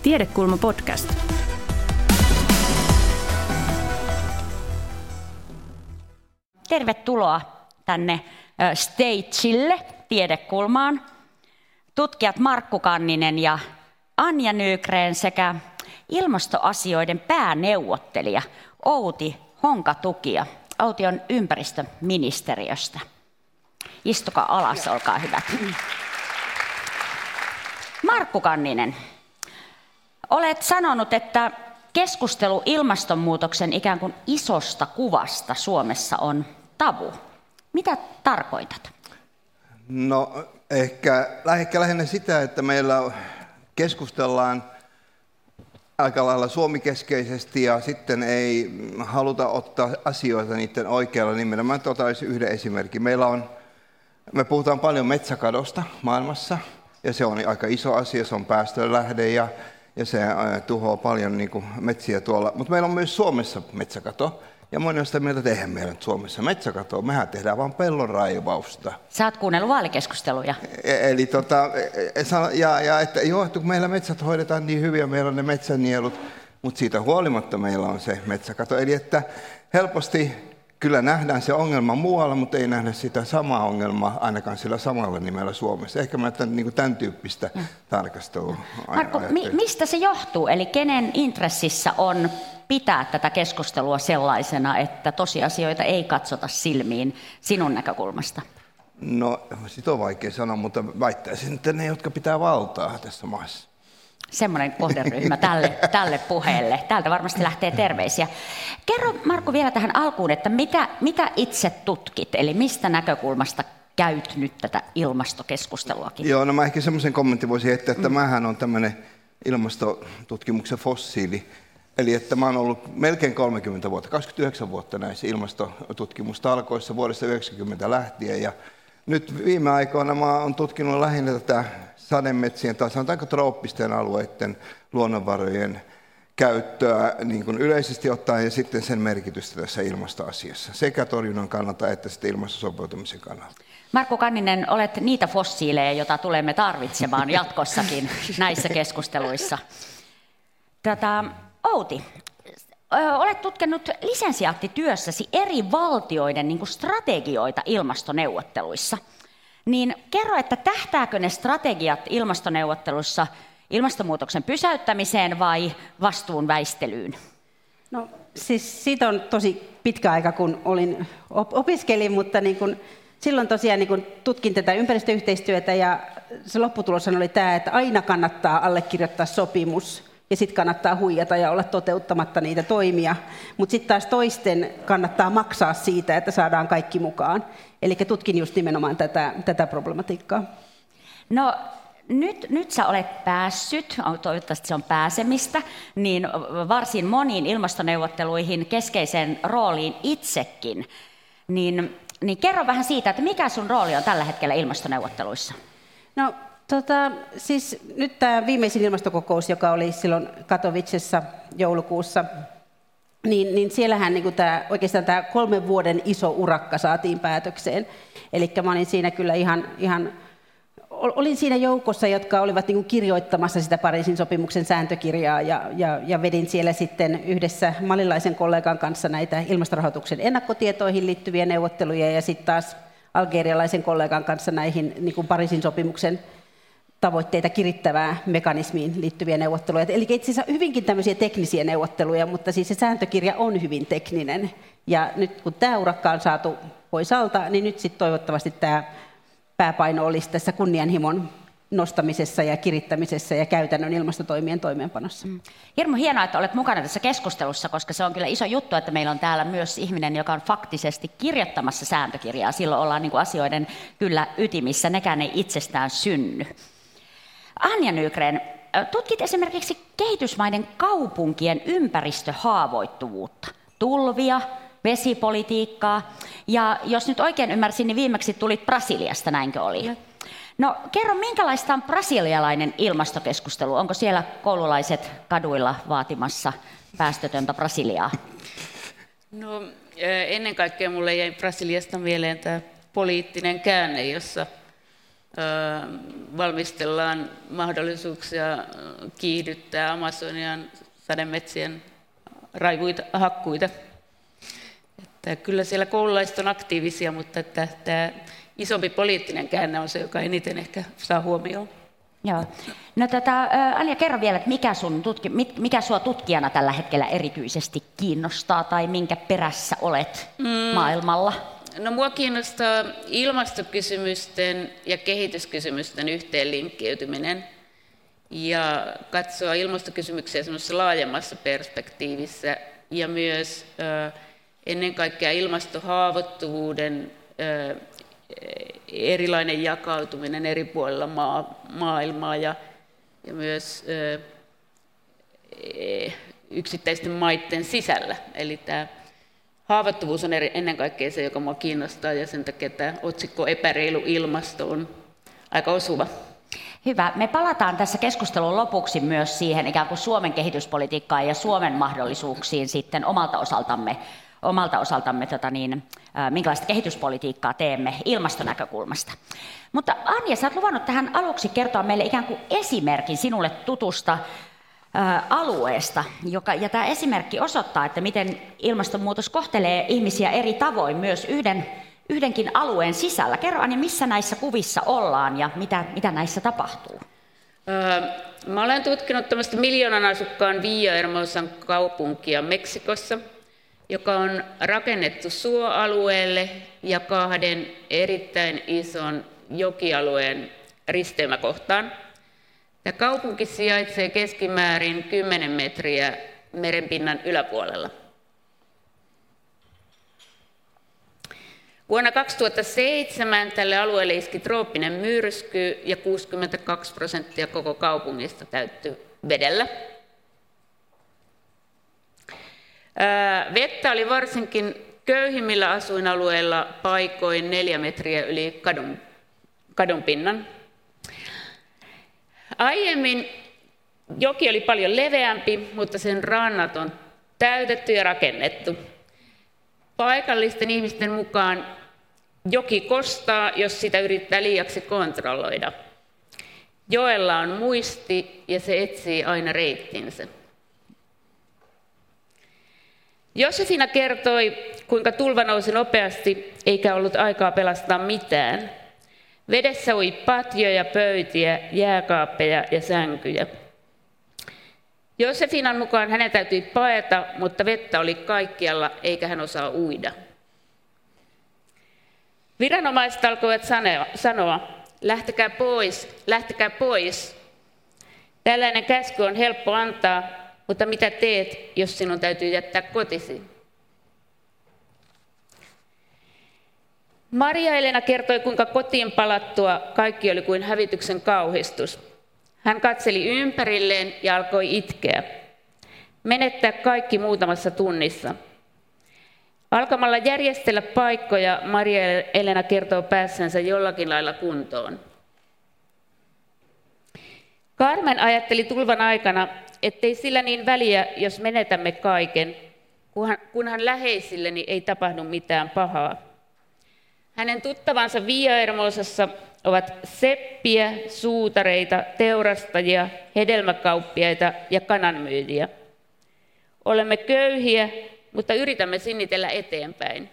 Tiedekulma podcast. Tervetuloa tänne stagelle, Tiedekulmaan. Tutkijat Markku Kanninen ja Anja Nygren sekä ilmastoasioiden pääneuvottelija Outi Honkatukija. Outi on ympäristöministeriöstä. Istukaa alas, olkaa hyvät. Markku Kanninen, olet sanonut, että keskustelu ilmastonmuutoksen ikään kuin isosta kuvasta Suomessa on tabu. Mitä tarkoitat? No ehkä lähinnä sitä, että meillä keskustellaan aika lailla suomikeskeisesti ja sitten ei haluta ottaa asioita niiden oikealla nimellä. Mä ottaisin yhden esimerkin. Me puhutaan paljon metsäkadosta maailmassa ja se on aika iso asia, se on päästölähde ja se tuhoaa paljon niin kuin metsiä tuolla. Mutta meillä on myös Suomessa metsäkato. Ja moni on sitä mieltä, että eihän meillä nyt Suomessa metsäkatoa, mehän tehdään vaan pellon raivausta. Sä oot kuunnellut vaalikeskusteluja. Eli että joo, että kun meillä metsät hoidetaan niin hyvin ja meillä on ne metsänielut, mutta siitä huolimatta meillä on se metsäkato. Eli että helposti kyllä nähdään se ongelma muualla, mutta ei nähdä sitä samaa ongelmaa ainakaan sillä samalla nimellä Suomessa. Ehkä mä niin tämän tyyppistä tarkastelua. Markku, mistä se johtuu? Eli kenen intressissä on pitää tätä keskustelua sellaisena, että tosiasioita ei katsota silmiin sinun näkökulmasta? No, sitä on vaikea sanoa, mutta väittäisin, että ne, jotka pitää valtaa tässä maassa. Semmoinen kohderyhmä tälle puheelle. Täältä varmasti lähtee terveisiä. Kerro Markku vielä tähän alkuun, että mitä itse tutkit, eli mistä näkökulmasta käyt nyt tätä ilmastokeskusteluakin? Joo, no mä ehkä semmoisen kommentin voisin heittää, että mähän on tämmöinen ilmastotutkimuksen fossiili. Eli että mä oon ollut melkein 30 vuotta, 29 vuotta näissä ilmastotutkimustalkoissa vuodesta 1990 lähtien. Ja nyt viime aikoina mä oon tutkinut lähinnä tätä sademetsien tai sanotaanko trooppisten alueiden luonnonvarojen käyttöä niin kuin yleisesti ottaen ja sitten sen merkitystä tässä ilmastoasiassa, sekä torjunnan kannalta että sitten ilmastosopeutumisen kannalta. Markku Kanninen, olet niitä fossiileja, joita tulemme tarvitsemaan jatkossakin näissä keskusteluissa. Outi, olet tutkinut lisensiaattityössäsi eri valtioiden niin kuin strategioita ilmastoneuvotteluissa. Niin kerro, että tähtääkö ne strategiat ilmastoneuvottelussa ilmastonmuutoksen pysäyttämiseen vai vastuun väistelyyn? No siis siitä on tosi pitkä aika, kun opiskelin, mutta niin kun, silloin tosiaan niin kun tutkin tätä ympäristöyhteistyötä ja se lopputulos oli tämä, että aina kannattaa allekirjoittaa sopimus. Ja sitten kannattaa huijata ja olla toteuttamatta niitä toimia. Mutta sitten taas toisten kannattaa maksaa siitä, että saadaan kaikki mukaan. Eli tutkin just nimenomaan tätä problematiikkaa. No nyt sä olet päässyt, toivottavasti se on pääsemistä, niin varsin moniin ilmastoneuvotteluihin keskeiseen rooliin itsekin. Niin kerro vähän siitä, että mikä sun rooli on tällä hetkellä ilmastoneuvotteluissa? No, siis nyt tämä viimeisin ilmastokokous, joka oli silloin Katowicessa joulukuussa, niin siellähän niin oikeastaan tämä 3 vuoden iso urakka saatiin päätökseen. Eli mä olin siinä kyllä olin siinä joukossa, jotka olivat niin kuin kirjoittamassa sitä Pariisin sopimuksen sääntökirjaa ja vedin siellä sitten yhdessä malilaisen kollegan kanssa näitä ilmastorahoituksen ennakkotietoihin liittyviä neuvotteluja ja sitten taas algerialaisen kollegan kanssa näihin niin kuin Pariisin sopimuksen tavoitteita kirittävää mekanismiin liittyviä neuvotteluja. Eli itse asiassa hyvinkin tämmöisiä teknisiä neuvotteluja, mutta siis se sääntökirja on hyvin tekninen. Ja nyt kun tämä urakka on saatu pois alta, niin nyt sitten toivottavasti tämä pääpaino olisi tässä kunnianhimon nostamisessa ja kirittämisessä ja käytännön ilmastotoimien toimeenpanossa. Hirmu hienoa, että olet mukana tässä keskustelussa, koska se on kyllä iso juttu, että meillä on täällä myös ihminen, joka on faktisesti kirjoittamassa sääntökirjaa. Silloin ollaan niin kuin asioiden kyllä ytimissä, nekään ei itsestään synny. Anja Nygren, tutkit esimerkiksi kehitysmaiden kaupunkien ympäristöhaavoittuvuutta, tulvia, vesipolitiikkaa, ja jos nyt oikein ymmärsin, niin viimeksi tulit Brasiliasta, näinkö oli? No kerro, minkälaista on brasilialainen ilmastokeskustelu? Onko siellä koululaiset kaduilla vaatimassa päästötöntä Brasiliaa? No ennen kaikkea mulle jäi Brasiliasta mieleen tämä poliittinen käänne, jossa valmistellaan mahdollisuuksia kiihdyttää Amazonian sademetsien raivuita hakkuita. Että kyllä siellä koululaiset on aktiivisia, mutta että tämä isompi poliittinen käänne on se, joka eniten ehkä saa huomioon. Joo. No Anja, kerro vielä, että mikä sua tutkijana tällä hetkellä erityisesti kiinnostaa tai minkä perässä olet maailmalla? No mua kiinnostaa ilmastokysymysten ja kehityskysymysten yhteenlinkkeytyminen ja katsoa ilmastokysymyksiä semmoisessa laajemmassa perspektiivissä ja myös ennen kaikkea ilmastohaavoittuvuuden erilainen jakautuminen eri puolilla maailmaa ja myös yksittäisten maiden sisällä. Eli tämä haavoittuvuus on ennen kaikkea se, joka minua kiinnostaa, ja sen takia tämä otsikko epäreilu ilmasto on aika osuva. Hyvä. Me palataan tässä keskustelun lopuksi myös siihen ikään kuin Suomen kehityspolitiikkaan ja Suomen mahdollisuuksiin sitten omalta osaltamme minkälaista kehityspolitiikkaa teemme ilmastonäkökulmasta. Mutta Anja, sä oot luvannut tähän aluksi kertoa meille ikään kuin esimerkin sinulle tutusta alueesta, ja tämä esimerkki osoittaa, että miten ilmastonmuutos kohtelee ihmisiä eri tavoin myös yhdenkin alueen sisällä. Kerro Anja, missä näissä kuvissa ollaan ja mitä näissä tapahtuu? Mä olen tutkinut tämmöistä 1 miljoonan asukkaan Villahermosan kaupunkia Meksikossa, joka on rakennettu suoalueelle ja 2 erittäin ison jokialueen risteymäkohtaan. Tämä kaupunki sijaitsee keskimäärin 10 metriä merenpinnan yläpuolella. Vuonna 2007 tälle alueelle iski trooppinen myrsky ja 62% koko kaupungista täyttyi vedellä. Vettä oli varsinkin köyhimmillä asuinalueilla paikoin 4 metriä yli kadunpinnan. Aiemmin joki oli paljon leveämpi, mutta sen rannat on täytetty ja rakennettu. Paikallisten ihmisten mukaan joki kostaa, jos sitä yrittää liiaksi kontrolloida. Joella on muisti ja se etsii aina reittinsä. Josefina kertoi, kuinka tulva nousi nopeasti eikä ollut aikaa pelastaa mitään. Vedessä ui patjoja, pöytiä, jääkaappeja ja sänkyjä. Josefinan mukaan hänen täytyi paeta, mutta vettä oli kaikkialla eikä hän osaa uida. Viranomaiset alkoivat sanoa, lähtekää pois, lähtekää pois. Tällainen käsky on helppo antaa, mutta mitä teet, jos sinun täytyy jättää kotisi? Maria-Elena kertoi, kuinka kotiin palattua kaikki oli kuin hävityksen kauhistus. Hän katseli ympärilleen ja alkoi itkeä. Menettää kaikki muutamassa tunnissa. Alkamalla järjestellä paikkoja Maria-Elena kertoo päässeensä jollakin lailla kuntoon. Carmen ajatteli tulvan aikana, ettei sillä niin väliä, jos menetämme kaiken, kunhan läheisilleni ei tapahdu mitään pahaa. Hänen tuttavansa Villahermosassa ovat seppiä, suutareita, teurastajia, hedelmäkauppiaita ja kananmyyjiä. Olemme köyhiä, mutta yritämme sinnitellä eteenpäin.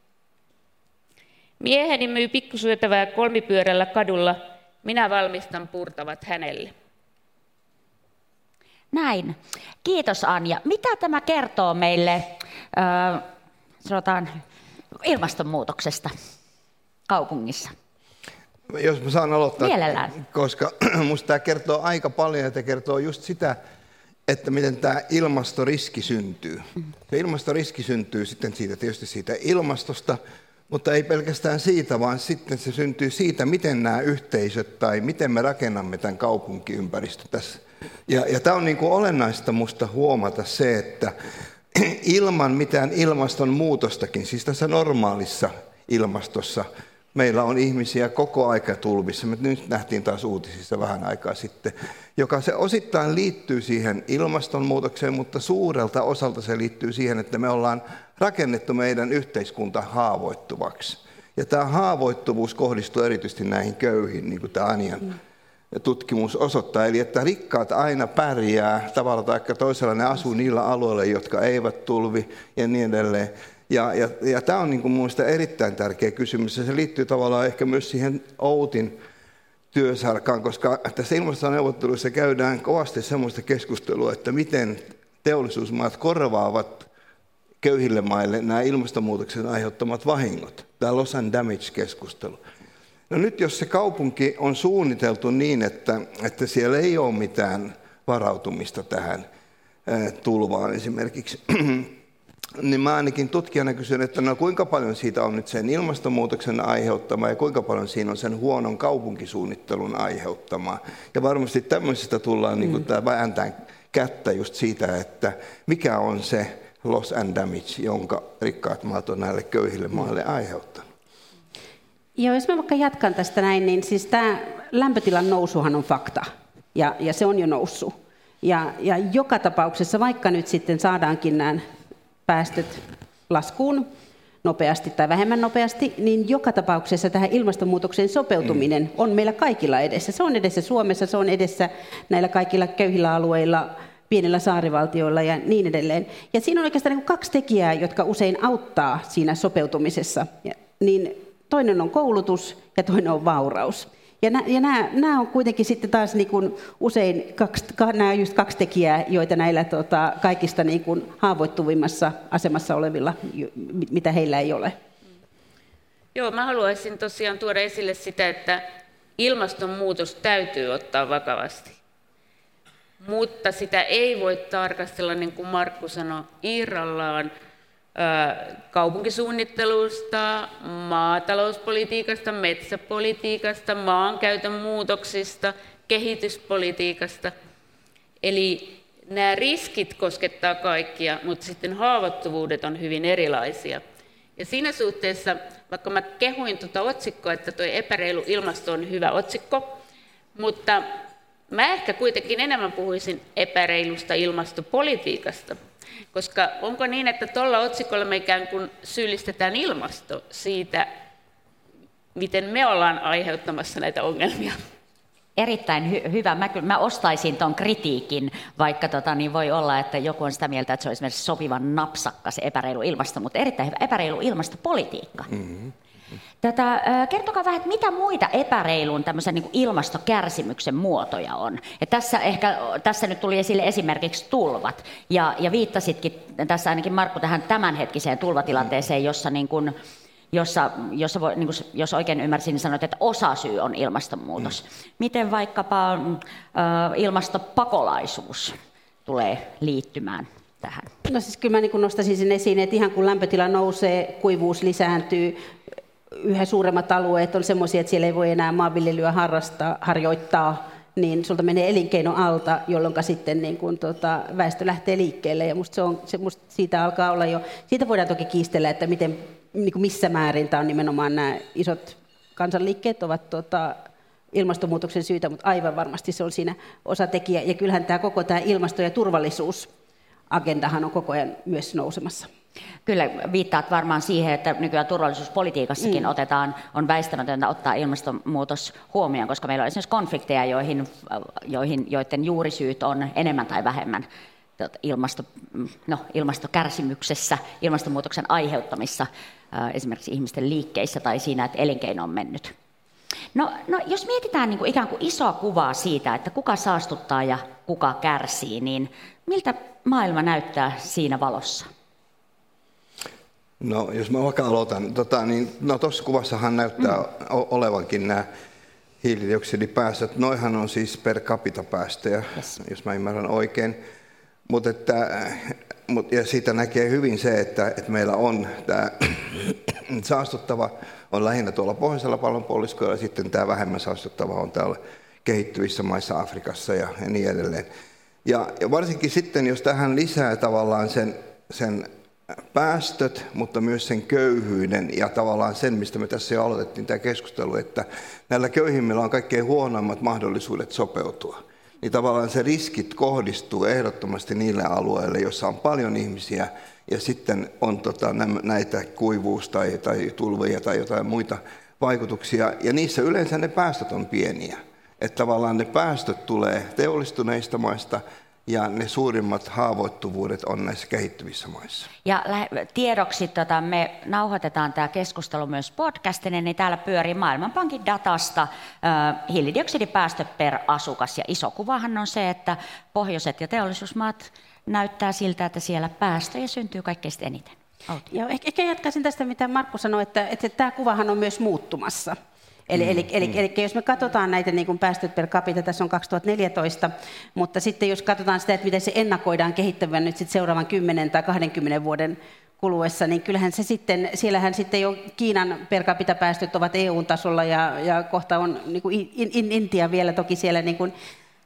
Mieheni myy pikkusyötävää kolmipyörällä kadulla, minä valmistan purtavat hänelle. Näin. Kiitos Anja. Mitä tämä kertoo meille sanotaan ilmastonmuutoksesta kaupungissa? Jos mä saan aloittaa, mielellään. Koska musta tämä kertoo aika paljon, ja tämä kertoo just sitä, että miten tämä ilmastoriski syntyy. Se ilmastoriski syntyy sitten tietysti siitä ilmastosta, mutta ei pelkästään siitä, vaan sitten se syntyy siitä, miten nämä yhteisöt tai miten me rakennamme tämän kaupunkiympäristön tässä. Ja tämä on niin kuin olennaista musta huomata se, että ilman mitään ilmastonmuutostakin, siis tässä normaalissa ilmastossa, meillä on ihmisiä koko aika tulvissa. Me nyt nähtiin taas uutisissa vähän aikaa sitten, joka se osittain liittyy siihen ilmastonmuutokseen, mutta suurelta osalta se liittyy siihen, että me ollaan rakennettu meidän yhteiskunta haavoittuvaksi. Ja tämä haavoittuvuus kohdistuu erityisesti näihin köyhiin, niin kuin tämä Anjan tutkimus osoittaa. Eli että rikkaat aina pärjää tavalla tai toisella, ne asuu niillä alueilla, jotka eivät tulvi ja niin edelleen. Ja tämä on niin kuin minusta erittäin tärkeä kysymys, ja se liittyy tavallaan ehkä myös siihen Outin työsarkaan, koska tässä ilmastoneuvotteluissa käydään kovasti sellaista keskustelua, että miten teollisuusmaat korvaavat köyhille maille nämä ilmastonmuutoksen aiheuttamat vahingot. Tämä loss and damage-keskustelu. No nyt jos se kaupunki on suunniteltu niin, että siellä ei ole mitään varautumista tähän tulvaan esimerkiksi, niin mä ainakin tutkijana kysyn, että no kuinka paljon siitä on nyt sen ilmastonmuutoksen aiheuttama ja kuinka paljon siinä on sen huonon kaupunkisuunnittelun aiheuttamaa. Ja varmasti tämmöisestä tullaan niin kuin tämä vääntää kättä just siitä, että mikä on se loss and damage, jonka rikkaat maat on näille köyhille maille aiheuttanut. Joo, jos mä vaikka jatkan tästä näin, niin siis tämä lämpötilan nousuhan on fakta, ja se on jo noussut. Ja joka tapauksessa, vaikka nyt sitten saadaankin nämä päästöt laskuun nopeasti tai vähemmän nopeasti, niin joka tapauksessa tähän ilmastonmuutokseen sopeutuminen on meillä kaikilla edessä. Se on edessä Suomessa, se on edessä näillä kaikilla köyhillä alueilla, pienillä saarivaltioilla ja niin edelleen. Ja siinä on oikeastaan niin 2 tekijää, jotka usein auttaa siinä sopeutumisessa. Niin toinen on koulutus ja toinen on vauraus. Ja nämä on kuitenkin sitten taas niin kuin usein nämä just 2 tekijää, joita näillä kaikista niin kuin haavoittuvimmassa asemassa olevilla, mitä heillä ei ole. Joo, mä haluaisin tosiaan tuoda esille sitä, että ilmastonmuutos täytyy ottaa vakavasti. Mutta sitä ei voi tarkastella, niin kuin Markku sanoi, irrallaan kaupunkisuunnittelusta, maatalouspolitiikasta, metsäpolitiikasta, maankäytön muutoksista, kehityspolitiikasta. Eli nämä riskit koskettaa kaikkia, mutta sitten haavoittuvuudet on hyvin erilaisia. Ja siinä suhteessa, vaikka mä kehuin tuota otsikkoa, että tuo epäreilu ilmasto on hyvä otsikko, mutta mä ehkä kuitenkin enemmän puhuisin epäreilusta ilmastopolitiikasta. Koska onko niin, että tuolla otsikolla me ikään kuin syyllistetään ilmasto siitä, miten me ollaan aiheuttamassa näitä ongelmia? Erittäin hyvä. Mä ostaisin tuon kritiikin, vaikka niin voi olla, että joku on sitä mieltä, että se on esimerkiksi sopivan napsakka se epäreilu ilmasto, mutta erittäin hyvä epäreilu ilmastopolitiikka. Mm-hmm. Kertokaa vähän, että mitä muita epäreilun tämmöisen niin kuin ilmastokärsimyksen muotoja on. Et tässä nyt tuli esille esimerkiksi tulvat, ja viittasitkin tässä ainakin Markku tähän tämänhetkiseen tulvatilanteeseen, jossa, niin kuin, jossa niin kuin, jos oikein ymmärsin, niin sanoit, että osasyy on ilmastonmuutos. Miten vaikkapa ilmastopakolaisuus tulee liittymään tähän? No siis kyllä mä niin nostaisin sen esiin, että ihan kun lämpötila nousee, kuivuus lisääntyy, yhä suuremmat alueet on semmoisia, että siellä ei voi enää maanviljelyä harjoittaa, niin sulta menee elinkeino alta, jolloin sitten niin kun, väestö lähtee liikkeelle. Ja musta siitä alkaa olla jo, siitä voidaan toki kiistellä, että miten, niin kuin missä määrin tämä on nimenomaan nämä isot kansanliikkeet ovat ilmastonmuutoksen syytä, mutta aivan varmasti se on siinä osatekijä. Ja kyllähän tämä koko tämä ilmasto- ja turvallisuusagendahan on koko ajan myös nousemassa. Kyllä viittaat varmaan siihen, että nykyään turvallisuuspolitiikassakin on väistämätöntä ottaa ilmastonmuutos huomioon, koska meillä on esimerkiksi konflikteja, joiden juurisyyt on enemmän tai vähemmän ilmastokärsimyksessä, ilmastonmuutoksen aiheuttamissa, esimerkiksi ihmisten liikkeissä tai siinä, että elinkeino on mennyt. No jos mietitään niin kuin ikään kuin isoa kuvaa siitä, että kuka saastuttaa ja kuka kärsii, niin miltä maailma näyttää siinä valossa? No, jos mä vaikka aloitan, tuossa kuvassahan näyttää olevankin nämä hiilidioksidipäästöt. Noihan on siis per capita päästöjä, jos mä ymmärrän oikein. Ja siitä näkee hyvin se, että meillä on tämä saastuttava on lähinnä tuolla pohjoisella pallonpuoliskolla ja sitten tämä vähemmän saastuttava on täällä kehittyvissä maissa Afrikassa ja niin edelleen. Ja varsinkin sitten, jos tähän lisää tavallaan sen päästöt, mutta myös sen köyhyyden ja tavallaan sen, mistä me tässä jo aloitettiin tämä keskustelu, että näillä köyhimmillä on kaikkein huonoimmat mahdollisuudet sopeutua. niin tavallaan se riskit kohdistuu ehdottomasti niille alueille, joissa on paljon ihmisiä ja sitten on näitä kuivuus- tai tulvia tai jotain muita vaikutuksia. Ja niissä yleensä ne päästöt on pieniä. Että tavallaan ne päästöt tulee teollistuneista maista ja ne suurimmat haavoittuvuudet on näissä kehittyvissä maissa. Ja tiedoksi me nauhoitetaan tämä keskustelu myös podcastina, niin täällä pyörii Maailmanpankin datasta hiilidioksidipäästöt per asukas. Ja iso kuvahan on se, että pohjoiset ja teollisuusmaat näyttää siltä, että siellä päästöjä syntyy kaikkein eniten. Joo, ehkä jatkaisin tästä, mitä Markku sanoi, että tämä kuvahan on myös muuttumassa. Eli jos me katsotaan näitä niin kuin päästöt per capita, tässä on 2014, mutta sitten jos katsotaan sitä, että miten se ennakoidaan kehittävän nyt sitten seuraavan 10 tai 20 vuoden kuluessa, niin kyllähän se sitten, siellähän sitten jo Kiinan per capita päästöt ovat EU-tasolla ja kohta on niin kuin Intia vielä toki siellä niin kuin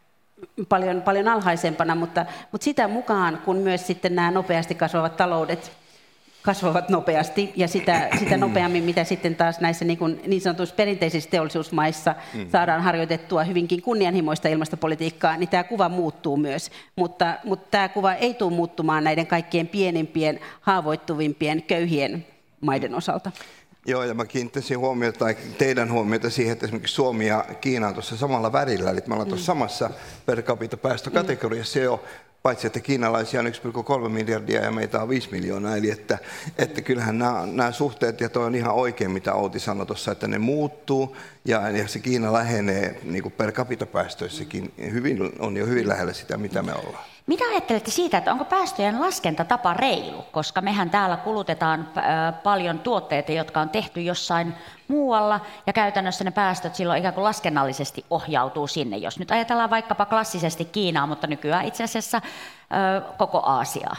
paljon alhaisempana, mutta sitä mukaan, kun myös sitten nämä nopeasti kasvavat taloudet kasvavat nopeasti ja sitä nopeammin, mitä sitten taas näissä niin sanotuissa perinteisissä teollisuusmaissa saadaan harjoitettua hyvinkin kunnianhimoista ilmastopolitiikkaa, niin tämä kuva muuttuu myös. Mutta tämä kuva ei tule muuttumaan näiden kaikkien pienimpien, haavoittuvimpien, köyhien maiden osalta. Joo, ja mä kiinnittäisin huomiota, tai teidän huomiota siihen, että esimerkiksi Suomi ja Kiina on tuossa samalla värillä, eli me ollaan tuossa samassa per capita päästökategoriassa jo, paitsi että kiinalaisia on 1,3 miljardia ja meitä on 5 miljoonaa, eli että kyllähän nämä suhteet, ja toi on ihan oikein, mitä Outi sanoi tuossa, että ne muuttuu, ja se Kiina lähenee niin kuin per capita päästöissäkin, on jo hyvin lähellä sitä, mitä me ollaan. Mitä ajattelette siitä, että onko päästöjen laskentatapa reilu, koska mehän täällä kulutetaan paljon tuotteita, jotka on tehty jossain muualla, ja käytännössä ne päästöt silloin ikään kuin laskennallisesti ohjautuu sinne. Jos nyt ajatellaan vaikkapa klassisesti Kiinaa, mutta nykyään itse asiassa koko Aasiaa.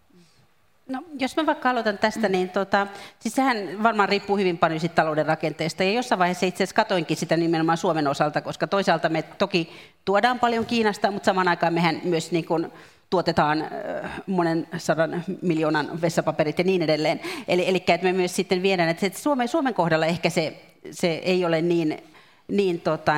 No, jos mä vaikka aloitan tästä, niin siis sehän varmaan riippuu hyvin paljon siitä talouden rakenteesta. Ja jossain vaiheessa itse asiassa katoinkin sitä nimenomaan Suomen osalta, koska toisaalta me toki tuodaan paljon Kiinasta, mutta samaan aikaan mehän myös niin kuin tuotetaan monen 100 miljoonan vessapaperit ja niin edelleen. Eli että me myös sitten viedään, että Suomen kohdalla ehkä se ei ole niin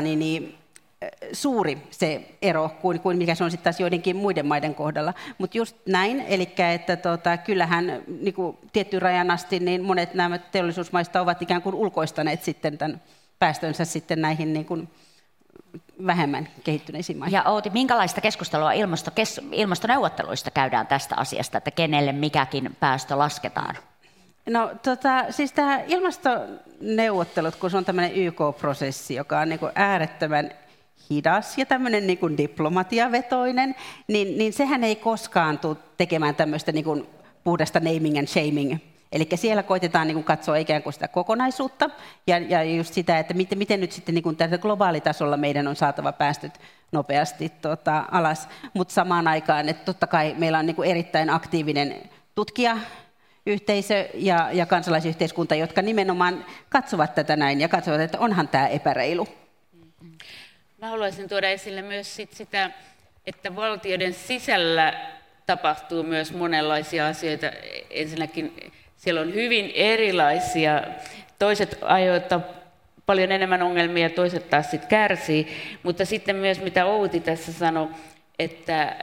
suuri se ero kuin mikä se on sitten taas joidenkin muiden maiden kohdalla. Mutta just näin, eli että kyllähän niin kuin tiettyyn rajan asti niin monet nämä teollisuusmaista ovat ikään kuin ulkoistaneet sitten tämän päästönsä sitten näihin niin kuin vähemmän kehittyneisiin maihin. Ja Outi, minkälaista keskustelua ilmastoneuvotteluista käydään tästä asiasta, että kenelle mikäkin päästö lasketaan? No siis tämä ilmastoneuvottelut, kun se on tämmöinen YK-prosessi, joka on niin kuin äärettömän hidas ja tämmöinen niin kuin diplomatiavetoinen, niin sehän ei koskaan tule tekemään tämmöistä niin kuin puhdasta naming and shaming. Eli siellä koitetaan niin kuin katsoa ikään kuin sitä kokonaisuutta ja just sitä, että miten nyt sitten niin kuin tällä globaalitasolla meidän on saatava päästöt nopeasti alas, mutta samaan aikaan, että totta kai meillä on niin kuin erittäin aktiivinen tutkijayhteisö ja kansalaisyhteiskunta, jotka nimenomaan katsovat tätä näin ja katsovat, että onhan tämä epäreilu. Mä haluaisin tuoda esille myös sitä, että valtioiden sisällä tapahtuu myös monenlaisia asioita. Ensinnäkin siellä on hyvin erilaisia, toiset aiheuttavat paljon enemmän ongelmia, toiset taas sitten kärsii, mutta sitten myös mitä Outi tässä sanoi, että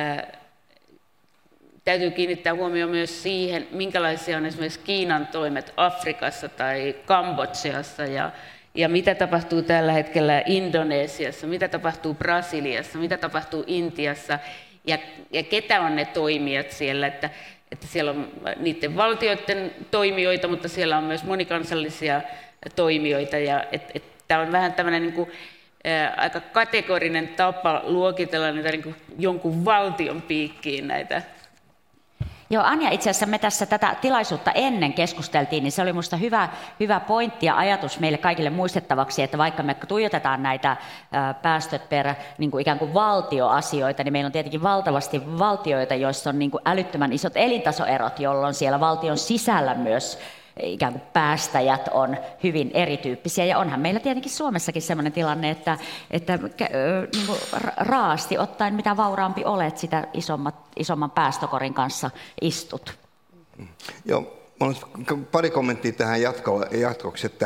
täytyy kiinnittää huomioon myös siihen, minkälaisia on esimerkiksi Kiinan toimet Afrikassa tai Kambodžassa ja mitä tapahtuu tällä hetkellä Indonesiassa, mitä tapahtuu Brasiliassa, mitä tapahtuu Intiassa ja ketä on ne toimijat siellä, että siellä on niiden valtioiden toimijoita, mutta siellä on myös monikansallisia toimijoita ja tämä on vähän tämmöinen niin kuin, aika kategorinen tapa luokitella niitä niin kuin jonkun valtion piikkiin näitä. Joo, Anja, itse asiassa me tässä tätä tilaisuutta ennen keskusteltiin, niin se oli minusta hyvä pointti ja ajatus meille kaikille muistettavaksi, että vaikka me tuijotetaan näitä päästöt per niin kuin ikään kuin valtioasioita, niin meillä on tietenkin valtavasti valtioita, joissa on niin kuin älyttömän isot elintasoerot, jolloin siellä valtion sisällä myös ikään kuin päästäjät on hyvin erityyppisiä. Ja onhan meillä tietenkin Suomessakin sellainen tilanne, että niin kuin raasti ottaen mitä vauraampi olet, sitä isomman päästökorin kanssa istut. Joo, minulla on pari kommenttia tähän jatkoksi, että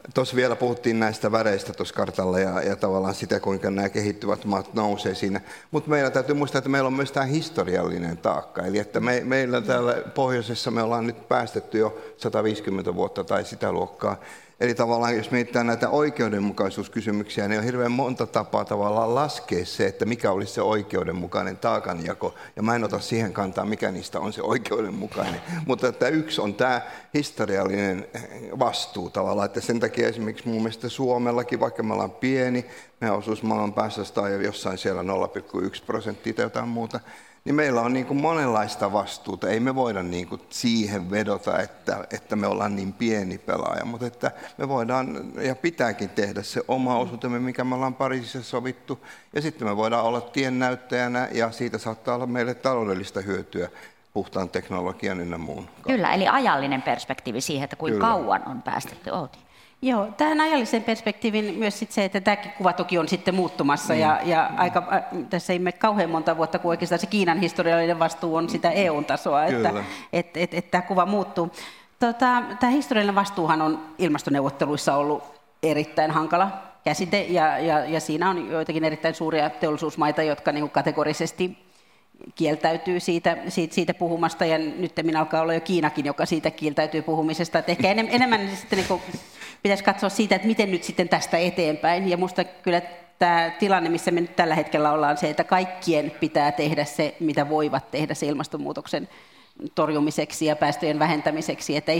Tuossa vielä puhuttiin näistä väreistä tuossa kartalla ja tavallaan sitä, kuinka nämä kehittyvät maat nousee siinä. Mutta meillä täytyy muistaa, että meillä on myös tämä historiallinen taakka. Eli että meillä täällä pohjoisessa me ollaan nyt päästetty jo 150 vuotta tai sitä luokkaa. Eli tavallaan jos mietitään näitä oikeudenmukaisuuskysymyksiä, niin on hirveän monta tapaa tavallaan laskea se, että mikä olisi se oikeudenmukainen taakanjako. Ja mä en ota siihen kantaa, mikä niistä on se oikeudenmukainen. Mutta että yksi on tämä historiallinen vastuu tavallaan. Että sen takia esimerkiksi mun mielestä Suomellakin, vaikka me ollaan pieni, meidän osuus maailman päästöstä on jossain siellä 0,1% tai jotain muuta. Niin meillä on niin kuin monenlaista vastuuta. Ei me voida niin kuin siihen vedota, että me ollaan niin pieni pelaaja, mutta että me voidaan ja pitääkin tehdä se oma osuutemme, mikä me ollaan Pariisissa sovittu. Ja sitten me voidaan olla tiennäyttäjänä ja siitä saattaa olla meille taloudellista hyötyä puhtaan teknologian ynnä muun. Kyllä, eli ajallinen perspektiivi siihen, että kuinka kauan on päästetty. Outi. Joo, tähän ajallisen perspektiivin myös sit se, että tämäkin kuva toki on sitten muuttumassa ja tässä ei mene kauhean monta vuotta, kun oikeastaan se Kiinan historiallinen vastuu on sitä EU-tasoa, että tämä kuva muuttuu. Tämä historiallinen vastuuhan on ilmastoneuvotteluissa ollut erittäin hankala käsite ja siinä on joitakin erittäin suuria teollisuusmaita, jotka niin kuin kategorisesti kieltäytyy siitä puhumasta ja nyt minä alkaa olla jo Kiinakin, joka siitä kieltäytyy puhumisesta. Että ehkä enemmän sitten niin pitäisi katsoa siitä, että miten nyt sitten tästä eteenpäin. Ja minusta kyllä tämä tilanne, missä me nyt tällä hetkellä ollaan, se, että kaikkien pitää tehdä se, mitä voivat tehdä se ilmastonmuutoksen torjumiseksi ja päästöjen vähentämiseksi. Että ei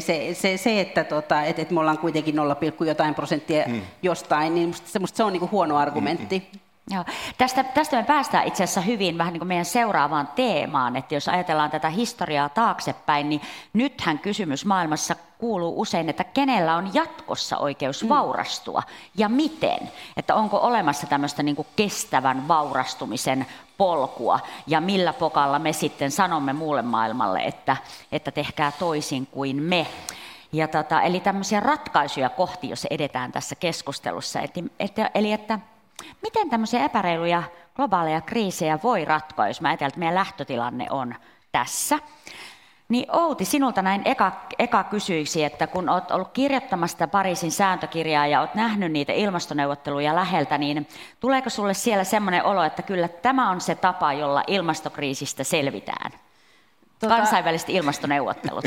että me ollaan kuitenkin 0,jotain% jostain, niin minusta se on niin kuin huono argumentti. Joo. Tästä me päästään itse asiassa hyvin vähän niin kuin meidän seuraavaan teemaan, että jos ajatellaan tätä historiaa taaksepäin, niin nythän kysymys maailmassa kuuluu usein, että kenellä on jatkossa oikeus vaurastua ja miten, että onko olemassa tämmöistä niin kuin kestävän vaurastumisen polkua ja millä pokalla me sitten sanomme muulle maailmalle, että tehkää toisin kuin me. Ja eli tämmöisiä ratkaisuja kohti, jos edetään tässä keskustelussa, eli että miten tämmöisiä epäreiluja globaaleja kriisejä voi ratkoa, jos mä ajattelen, että meidän lähtötilanne on tässä? Niin Outi, sinulta näin eka kysyiksi, että kun olet ollut kirjoittamassa sitä Pariisin sääntökirjaa ja olet nähnyt niitä ilmastoneuvotteluja läheltä, niin tuleeko sulle siellä semmoinen olo, että kyllä tämä on se tapa, jolla ilmastokriisistä selvitään? Kansainväliset ilmastoneuvottelut.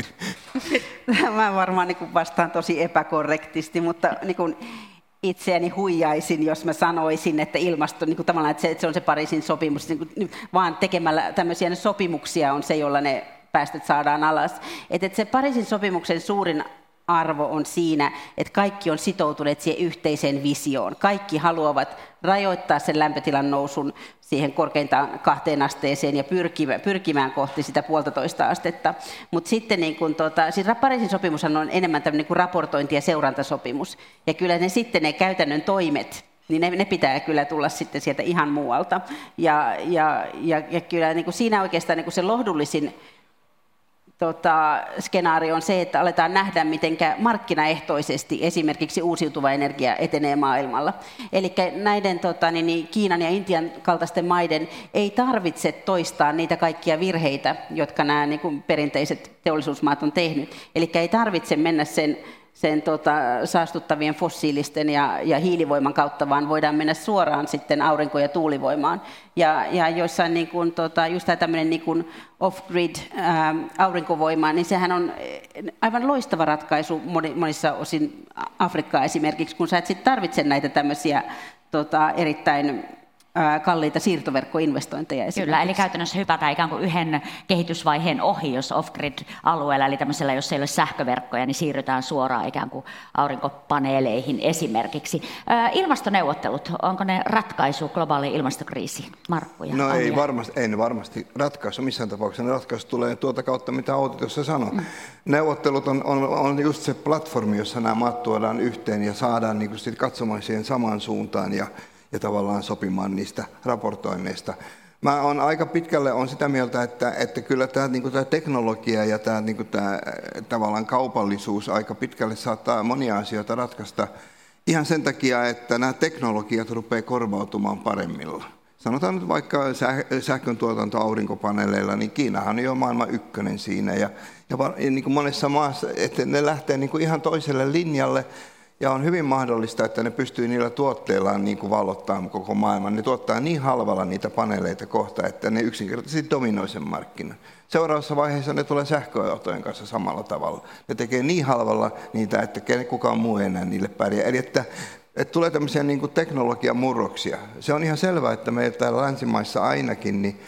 Mä varmaan niin vastaan tosi epäkorrektisti, mutta niin itseäni huijaisin, jos mä sanoisin, että ilmasto, niin kuin tavallaan, että se on se Pariisin sopimus, niin kuin, vaan tekemällä tämmöisiä sopimuksia on se, jolla ne päästöt saadaan alas. Että se Pariisin sopimuksen suurin arvo on siinä, että kaikki on sitoutuneet siihen yhteiseen visioon. Kaikki haluavat rajoittaa sen lämpötilan nousun siihen korkeintaan 2 asteeseen ja pyrkimään kohti sitä 1,5 astetta. Mutta sitten siis Pariisin sopimushan on enemmän tämmöinen niin raportointi- ja seurantasopimus. Ja kyllä ne käytännön toimet, niin ne pitää kyllä tulla sitten sieltä ihan muualta. Ja kyllä niin kuin siinä oikeastaan niin kuin se lohdullisin skenaario on se, että aletaan nähdä, miten markkinaehtoisesti esimerkiksi uusiutuva energia etenee maailmalla. Eli näiden Kiinan ja Intian kaltaisten maiden ei tarvitse toistaa niitä kaikkia virheitä, jotka nämä niin kuin perinteiset teollisuusmaat on tehnyt. Eli ei tarvitse mennä sen saastuttavien fossiilisten ja hiilivoiman kautta, vaan voidaan mennä suoraan sitten aurinko- ja tuulivoimaan. Ja joissain niin kuin, just tämmöinen niin kuin off-grid aurinkovoima, niin sehän on aivan loistava ratkaisu monissa osin Afrikkaa esimerkiksi, kun sä et sit tarvitse näitä tämmöisiä erittäin kalliita siirtoverkkoinvestointeja. Kyllä, eli käytännössä hypätään ikään kuin yhden kehitysvaiheen ohi, jos off-grid-alueella, eli tämmöisellä, jos ei ole sähköverkkoja, niin siirrytään suoraan ikään kuin aurinkopaneeleihin esimerkiksi. Ilmastoneuvottelut, onko ne ratkaisu globaaliin ilmastokriisiin? Markku ja No ei ne varmasti ratkaisu. Missään tapauksessa ne ratkaisu tulee tuota kautta, mitä Outi tuossa sanoi. Neuvottelut on just se platformi, jossa nämä maat tuodaan yhteen ja saadaan niin kuin katsomaan siihen samaan suuntaan ja tavallaan sopimaan niistä raportoinneista. Mä on aika pitkälle on sitä mieltä, että kyllä tämä teknologia ja tämä tavallaan kaupallisuus aika pitkälle saattaa monia asioita ratkaista ihan sen takia, että nämä teknologiat rupeaa korvautumaan paremmilla. Sanotaan nyt vaikka sähköntuotanto aurinkopaneeleilla, niin Kiinahan on jo maailman ykkönen siinä ja niin kuin monessa maassa, että ne lähtee niin kuin ihan toiselle linjalle. Ja on hyvin mahdollista, että ne pystyy niillä tuotteillaan niin kuin vallottamaan koko maailman. Ne tuottaa niin halvalla niitä paneeleita kohta, että ne yksinkertaisesti dominoi sen markkinan. Seuraavassa vaiheessa ne tulee sähköautojen kanssa samalla tavalla. Ne tekee niin halvalla niitä, että kukaan muu ei enää niille pärjää. Eli että tulee tämmöisiä niin kuin teknologiamurroksia. Se on ihan selvää, että meillä täällä länsimaissa ainakin niin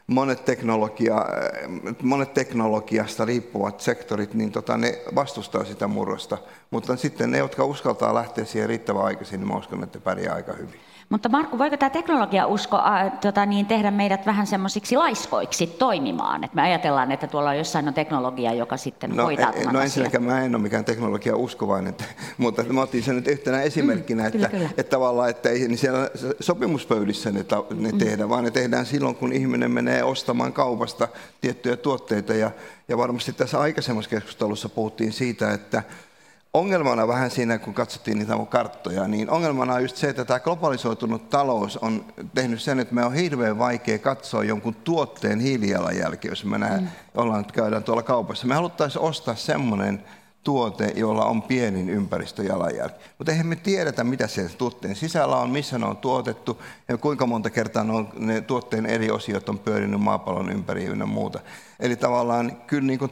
monet teknologiasta riippuvat sektorit, niin ne vastustaa sitä murrosta. Mutta sitten ne, jotka uskaltaa lähteä siihen riittävän aikaisin, niin mä uskon, että pärjää aika hyvin. Mutta Markku, voiko tämä teknologiausko tehdä meidät vähän semmoisiksi laiskoiksi toimimaan? Että me ajatellaan, että tuolla jossain on teknologia, joka sitten hoitaa tämän asian. Ensinnäkään mä en ole mikään teknologiauskovainen, mutta mä otin sen nyt yhtenä esimerkkinä, että tavallaan, että ei niin siellä sopimuspöydissä ne tehdään, vaan ne tehdään silloin, kun ihminen menee ostamaan kaupasta tiettyjä tuotteita. Ja varmasti tässä aikaisemmassa keskustelussa puhuttiin siitä, että ongelmana vähän siinä, kun katsottiin niitä karttoja, niin ongelmana on just se, että tämä globalisoitunut talous on tehnyt sen, että me on hirveän vaikea katsoa jonkun tuotteen hiilijalanjälki, jos me käydään tuolla kaupassa. Me haluttaisiin ostaa semmoinen tuote, jolla on pienin ympäristöjalanjälki. Mutta eihän me tiedetä, mitä sen tuotteen sisällä on, missä ne on tuotettu ja kuinka monta kertaa ne tuotteen eri osiot on pyörinyt maapallon ympäri ynnä muuta. Eli tavallaan kyllä niin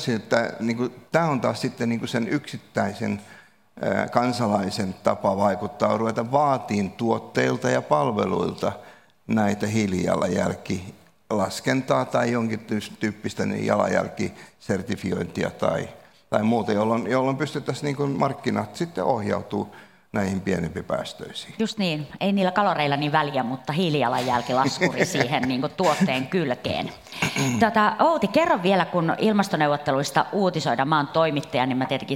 tämä on taas sitten niin sen yksittäisen kansalaisen tapa vaikuttaa, ruveta vaatiin tuotteilta ja palveluilta näitä hiilijalanjälkilaskentaa tai jonkin tyyppistä jalanjälkisertifiointia tai muuta, jolloin pystyttäisiin niin markkinat sitten ohjautuu näihin pienempipäästöisiin. Just niin, ei niillä kaloreilla niin väliä, mutta hiilijalanjälkilaskuri siihen niin kuin tuotteen kylkeen. Outi, kerro vielä, kun ilmastoneuvotteluista uutisoidaan, mä oon toimittaja, niin mä tietenkin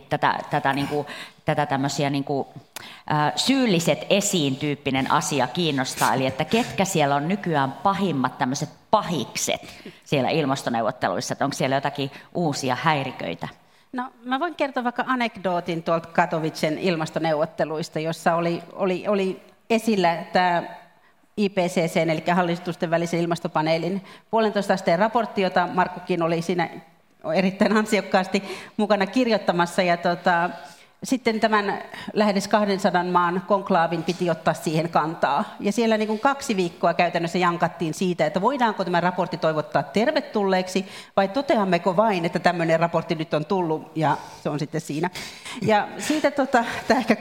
tätä tämmöisiä niin kuin, syylliset esiin tyyppinen asia kiinnostaa, eli että ketkä siellä on nykyään pahimmat tämmöiset pahikset siellä ilmastoneuvotteluissa, että onko siellä jotakin uusia häiriköitä? No, mä voin kertoa vaikka anekdootin tuolta Katowicen ilmastoneuvotteluista, jossa oli esillä tämä IPCC, eli hallitusten välisen ilmastopaneelin 1,5 asteen raportti, jota Markkukin oli siinä erittäin ansiokkaasti mukana kirjoittamassa. Ja sitten tämän lähes 200 maan konklaavin piti ottaa siihen kantaa. Ja siellä niin kuin 2 viikkoa käytännössä jankattiin siitä, että voidaanko tämä raportti toivottaa tervetulleeksi vai toteammeko vain, että tämmöinen raportti nyt on tullut ja se on sitten siinä. Ja siitä tämä ehkä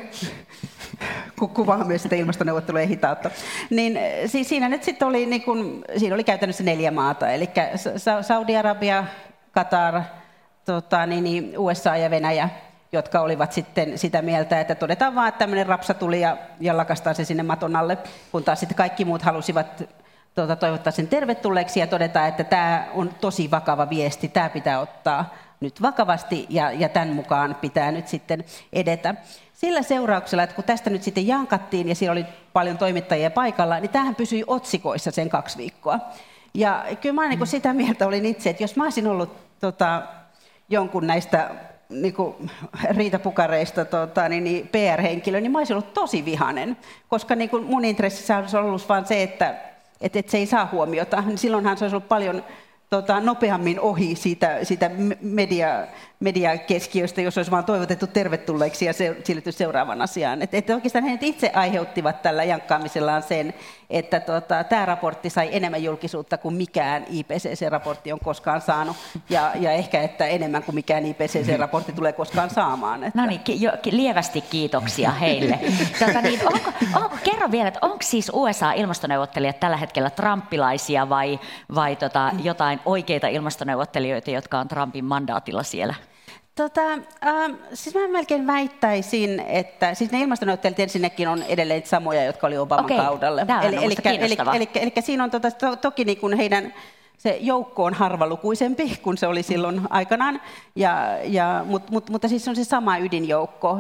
kuvaa myös sitä ilmastoneuvottelujen hitautta. Niin siis siinä nyt sitten oli, niin kuin, siinä oli käytännössä 4 maata, eli Saudi-Arabia, Katar, USA ja Venäjä, jotka olivat sitten sitä mieltä, että todetaan vaan, että tämmöinen rapsa tuli ja lakastaa se sinne maton alle, kun taas sitten kaikki muut halusivat toivottaa sen tervetulleeksi ja todeta, että tämä on tosi vakava viesti, tämä pitää ottaa nyt vakavasti ja tämän mukaan pitää nyt sitten edetä. Sillä seurauksella, että kun tästä nyt sitten jankattiin ja siellä oli paljon toimittajia paikalla, niin tämähän pysyi otsikoissa sen 2 viikkoa. Ja kyllä mä niin sitä mieltä olin itse, että jos mä olisin ollut jonkun näistä riitapukareista PR-henkilö, niin mä olisin ollut tosi vihainen, koska mun intressissä olisi ollut vain se, että se ei saa huomiota. Silloinhan se olisi ollut paljon nopeammin ohi siitä mediakeskiöstä, jos olisi vaan toivotettu tervetulleeksi ja siirrytty seuraavan asiaan. Että oikeastaan he itse aiheuttivat tällä jankkaamisellaan sen, että tämä raportti sai enemmän julkisuutta kuin mikään IPCC-raportti on koskaan saanut, ja ehkä että enemmän kuin mikään IPCC-raportti tulee koskaan saamaan. Että. No niin, lievästi kiitoksia heille. Kerro vielä, että onko siis USA-ilmastoneuvottelijat tällä hetkellä trumpilaisia vai jotain oikeita ilmastoneuvottelijoita, jotka on Trumpin mandaatilla siellä? Siis mä melkein väittäisin, että siis ne ilmastoneuvottelijat ensinnäkin on edelleen samoja, jotka oli Obaman kaudella. Eli siinä on toki niin kuin heidän se joukko on harvalukuisempi kuin se oli silloin aikanaan, mutta siis se on se sama ydinjoukko.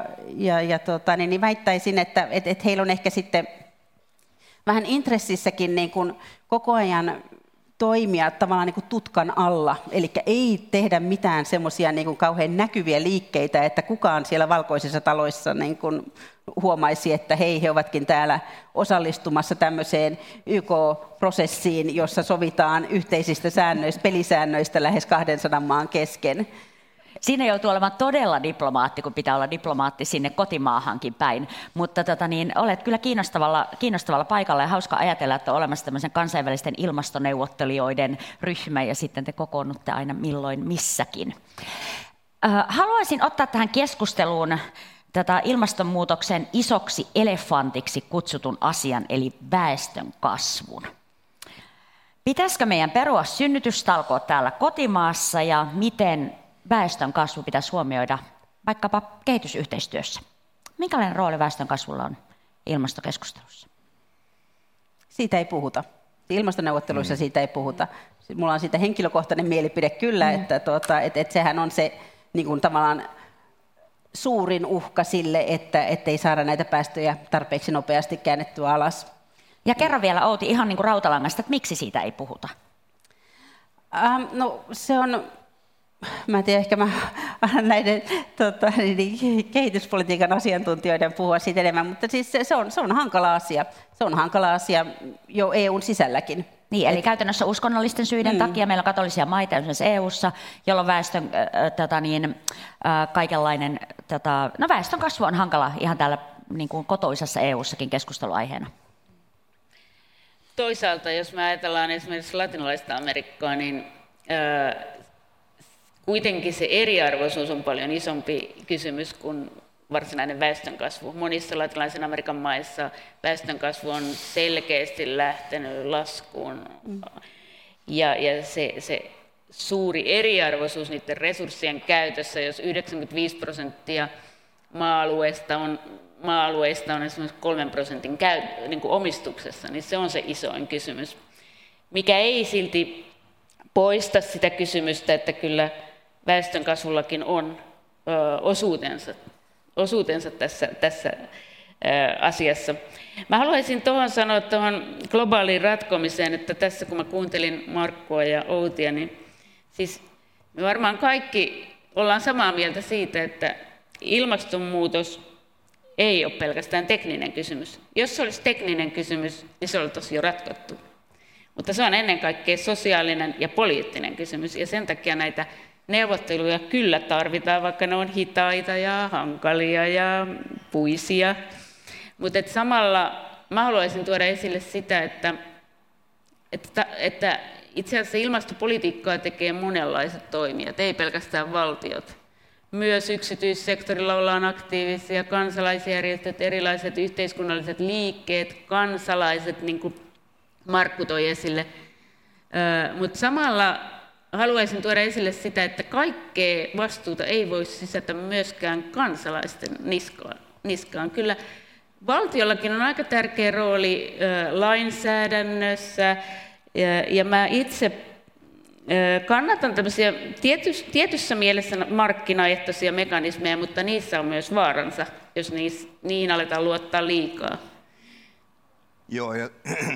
Niin väittäisin, että heillä on ehkä sitten vähän intressissäkin niin kuin koko ajan toimia tavallaan niin kuin tutkan alla, eli ei tehdä mitään semmoisia niin kuin kauhean näkyviä liikkeitä, että kukaan siellä valkoisissa taloissa niin kuin huomaisi, että hei, he ovatkin täällä osallistumassa tämmöiseen YK-prosessiin, jossa sovitaan yhteisistä pelisäännöistä lähes 200 maan kesken. Siinä joutuu olemaan todella diplomaatti, kun pitää olla diplomaatti sinne kotimaahankin päin. Mutta olet kyllä kiinnostavalla paikalla ja hauska ajatella, että on olemassa tämmöisen kansainvälisten ilmastoneuvottelijoiden ryhmä ja sitten te kokoonnutte aina milloin missäkin. Haluaisin ottaa tähän keskusteluun tätä ilmastonmuutoksen isoksi elefantiksi kutsutun asian, eli väestön kasvun. Pitäisikö meidän perua synnytystalkoot täällä kotimaassa ja miten väestön kasvu pitäisi huomioida vaikkapa kehitysyhteistyössä? Minkälainen rooli väestön kasvulla on ilmastokeskustelussa? Siitä ei puhuta. Ilmastoneuvotteluissa siitä ei puhuta. Mulla on siitä henkilökohtainen mielipide kyllä, että sehän on se niin kuin tavallaan suurin uhka sille, ettei saada näitä päästöjä tarpeeksi nopeasti käännettyä alas. Ja kerran vielä Outi ihan niin kuin rautalangasta, että miksi siitä ei puhuta? No se on, mä en tiedä, ehkä mä annan näiden kehityspolitiikan asiantuntijoiden puhua siitä enemmän, mutta siis se on hankala asia. Se on hankala asia jo EUn sisälläkin. Niin, eli käytännössä uskonnollisten syiden takia meillä on katolisia maita esimerkiksi EU:ssa, jolloin kaikenlainen väestön kasvu on hankala ihan täällä niin kuin kotoisassa EU:ssakin keskusteluaiheena. Toisaalta, jos me ajatellaan esimerkiksi latinalaista Amerikkaa, niin kuitenkin se eriarvoisuus on paljon isompi kysymys kuin varsinainen väestönkasvu. Monissa latinalaisen Amerikan maissa väestönkasvu on selkeästi lähtenyt laskuun. Ja se suuri eriarvoisuus niiden resurssien käytössä, jos 95% maa-alueista on esimerkiksi 3% niin kuin omistuksessa, niin se on se isoin kysymys. Mikä ei silti poista sitä kysymystä, että kyllä väestönkasvullakin on osuutensa tässä asiassa. Mä haluaisin sanoa tuohon globaaliin ratkomiseen, että tässä kun mä kuuntelin Markkoa ja Outia, niin siis me varmaan kaikki ollaan samaa mieltä siitä, että ilmastonmuutos ei ole pelkästään tekninen kysymys. Jos se olisi tekninen kysymys, niin se olisi jo ratkottu. Mutta se on ennen kaikkea sosiaalinen ja poliittinen kysymys, ja sen takia näitä neuvotteluja kyllä tarvitaan, vaikka ne on hitaita ja hankalia ja puisia. Mutta samalla mä haluaisin tuoda esille sitä, että itse asiassa ilmastopolitiikkaa tekee monenlaiset toimijat, ei pelkästään valtiot. Myös yksityissektorilla ollaan aktiivisia, kansalaisjärjestöt, erilaiset yhteiskunnalliset liikkeet, kansalaiset, niin kuin Markku toi esille. Mutta samalla haluaisin tuoda esille sitä, että kaikkea vastuuta ei voi sysätä myöskään kansalaisten niskaan. Kyllä valtiollakin on aika tärkeä rooli lainsäädännössä, ja mä itse kannatan tämmöisiä tietyssä mielessä markkinaehtoisia mekanismeja, mutta niissä on myös vaaransa, jos niihin aletaan luottaa liikaa. Joo, ja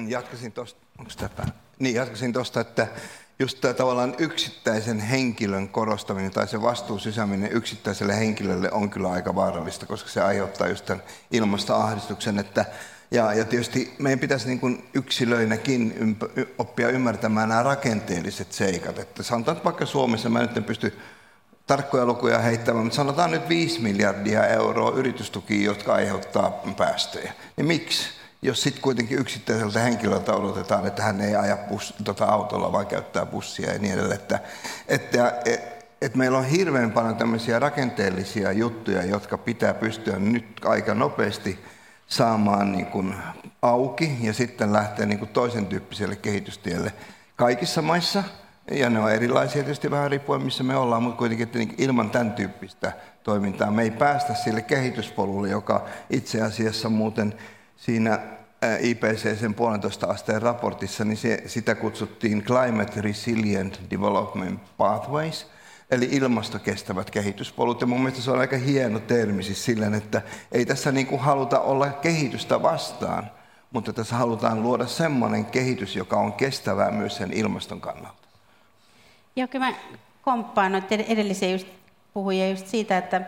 jatkaisin tuosta, että just tämä tavallaan yksittäisen henkilön korostaminen tai se vastuun sysääminen yksittäiselle henkilölle on kyllä aika vaarallista, koska se aiheuttaa just tämän ilmastoahdistuksen, ja tietysti meidän pitäisi niin kuin yksilöinäkin oppia ymmärtämään nämä rakenteelliset seikat. Että sanotaan, että vaikka Suomessa, mä nyt en pysty tarkkoja lukuja heittämään, mutta sanotaan nyt 5 miljardia euroa yritystukia, jotka aiheuttaa päästöjä. Niin miksi? Jos sitten kuitenkin yksittäiseltä henkilöltä odotetaan, että hän ei aja autolla, vaan käyttää bussia ja niin edelleen. Että meillä on hirveän paljon tämmöisiä rakenteellisia juttuja, jotka pitää pystyä nyt aika nopeasti saamaan niin kuin auki ja sitten lähteä niin kuin toisen tyyppiselle kehitystielle kaikissa maissa. Ja ne on erilaisia tietysti vähän riippuen missä me ollaan, mutta kuitenkin että niin ilman tämän tyyppistä toimintaa me ei päästä sille kehityspolulle, joka itse asiassa muuten siinä IPCC:n 1,5 asteen raportissa, niin sitä kutsuttiin Climate Resilient Development Pathways, eli ilmastokestävät kehityspolut. Ja mun mielestä se on aika hieno termi siis silleen, että ei tässä niin kuin haluta olla kehitystä vastaan, mutta tässä halutaan luoda semmoinen kehitys, joka on kestävää myös sen ilmaston kannalta. Joo, kyllä mä komppaan noita edellisiä puhujia just siitä, että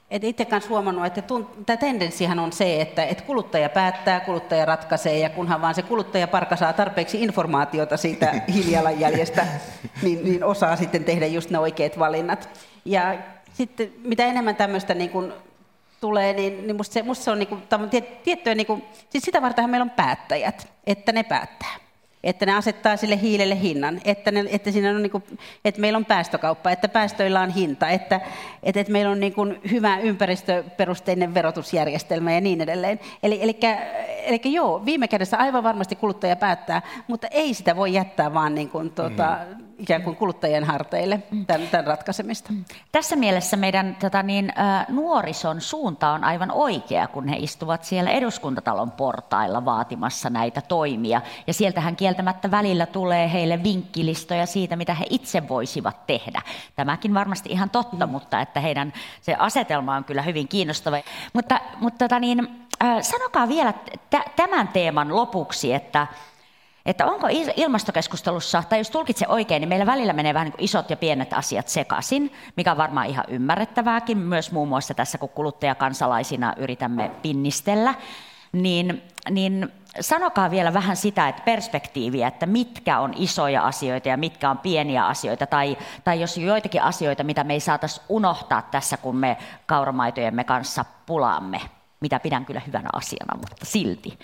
itse kanssa huomannut, että tämä tendenssihän on se, että kuluttaja päättää, kuluttaja ratkaisee, ja kunhan vaan se kuluttajaparka saa tarpeeksi informaatiota siitä hiilijalanjäljestä, niin osaa sitten tehdä just ne oikeat valinnat. Ja sitten mitä enemmän tämmöistä niin kuin tulee, niin musta se on niin kuin, tiettyä, niin kuin, siis sitä vartenhan meillä on päättäjät, että ne päättää. Että ne asettaa sille hiilelle hinnan, että siinä on niin kuin, että meillä on päästökauppa, että päästöillä on hinta, että meillä on niin kuin hyvä ympäristöperusteinen verotusjärjestelmä ja niin edelleen. Eli joo, viime kädessä aivan varmasti kuluttaja päättää, mutta ei sitä voi jättää vaan niin kuin, ikään kuin kuluttajien harteille tämän ratkaisemista. Tässä mielessä meidän nuorison suunta on aivan oikea, kun he istuvat siellä Eduskuntatalon portailla vaatimassa näitä toimia. Ja sieltähän kieltämättä välillä tulee heille vinkkilistoja siitä, mitä he itse voisivat tehdä. Tämäkin varmasti ihan totta, mutta että heidän se asetelma on kyllä hyvin kiinnostava. Mutta sanokaa vielä tämän teeman lopuksi, että onko ilmastokeskustelussa, tai jos tulkitse oikein, niin meillä välillä menee vähän niin kuin isot ja pienet asiat sekaisin, mikä on varmaan ihan ymmärrettävääkin, myös muun muassa tässä, kun kuluttajakansalaisina yritämme pinnistellä, niin sanokaa vielä vähän sitä, että perspektiiviä, että mitkä on isoja asioita ja mitkä on pieniä asioita, tai jos joitakin asioita, mitä me ei saataisi unohtaa tässä, kun me kauramaitojemme kanssa pulaamme, mitä pidän kyllä hyvänä asiana, mutta silti.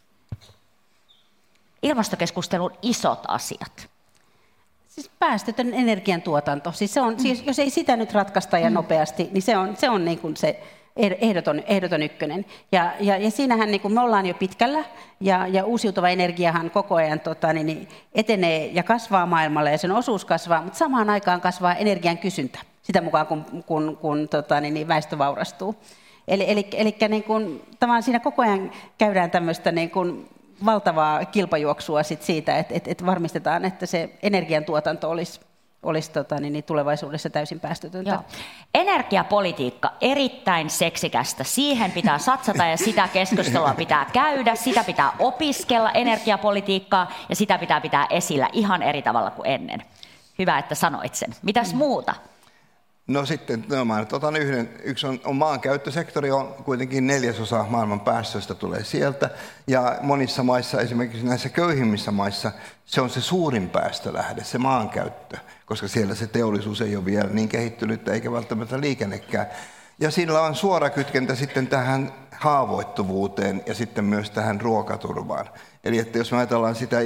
Ilmastokeskustelun isot asiat. Siis päästötön energiantuotanto. Siis jos ei sitä nyt ratkaista ja nopeasti, niin se on niin kuin se ehdoton ykkönen. Ja siinähän niin kuin me ollaan jo pitkällä, ja uusiutuva energiahan koko ajan etenee ja kasvaa maailmalla, ja sen osuus kasvaa, mutta samaan aikaan kasvaa energian kysyntä sitä mukaan, kun väestö vaurastuu. Eli niin kuin, siinä koko ajan käydään tämmöistä niin kuin valtavaa kilpajuoksua siitä, että varmistetaan, että se energiantuotanto olisi tulevaisuudessa täysin päästötöntä. Joo. Energiapolitiikka, erittäin seksikästä. Siihen pitää satsata ja sitä keskustelua pitää käydä, sitä pitää opiskella energiapolitiikkaa ja sitä pitää esillä ihan eri tavalla kuin ennen. Hyvä, että sanoit sen. Mitäs muuta? No sitten, mä nyt otan yhden. Yksi on maankäyttösektori, on kuitenkin 4% maailman päästöistä tulee sieltä. Ja monissa maissa, esimerkiksi näissä köyhimmissä maissa, se on se suurin päästölähde, se maankäyttö, koska siellä se teollisuus ei ole vielä niin kehittynyt eikä välttämättä liikennekään. Ja sillä on suora kytkentä sitten tähän haavoittuvuuteen ja sitten myös tähän ruokaturvaan. Eli että jos me ajatellaan sitä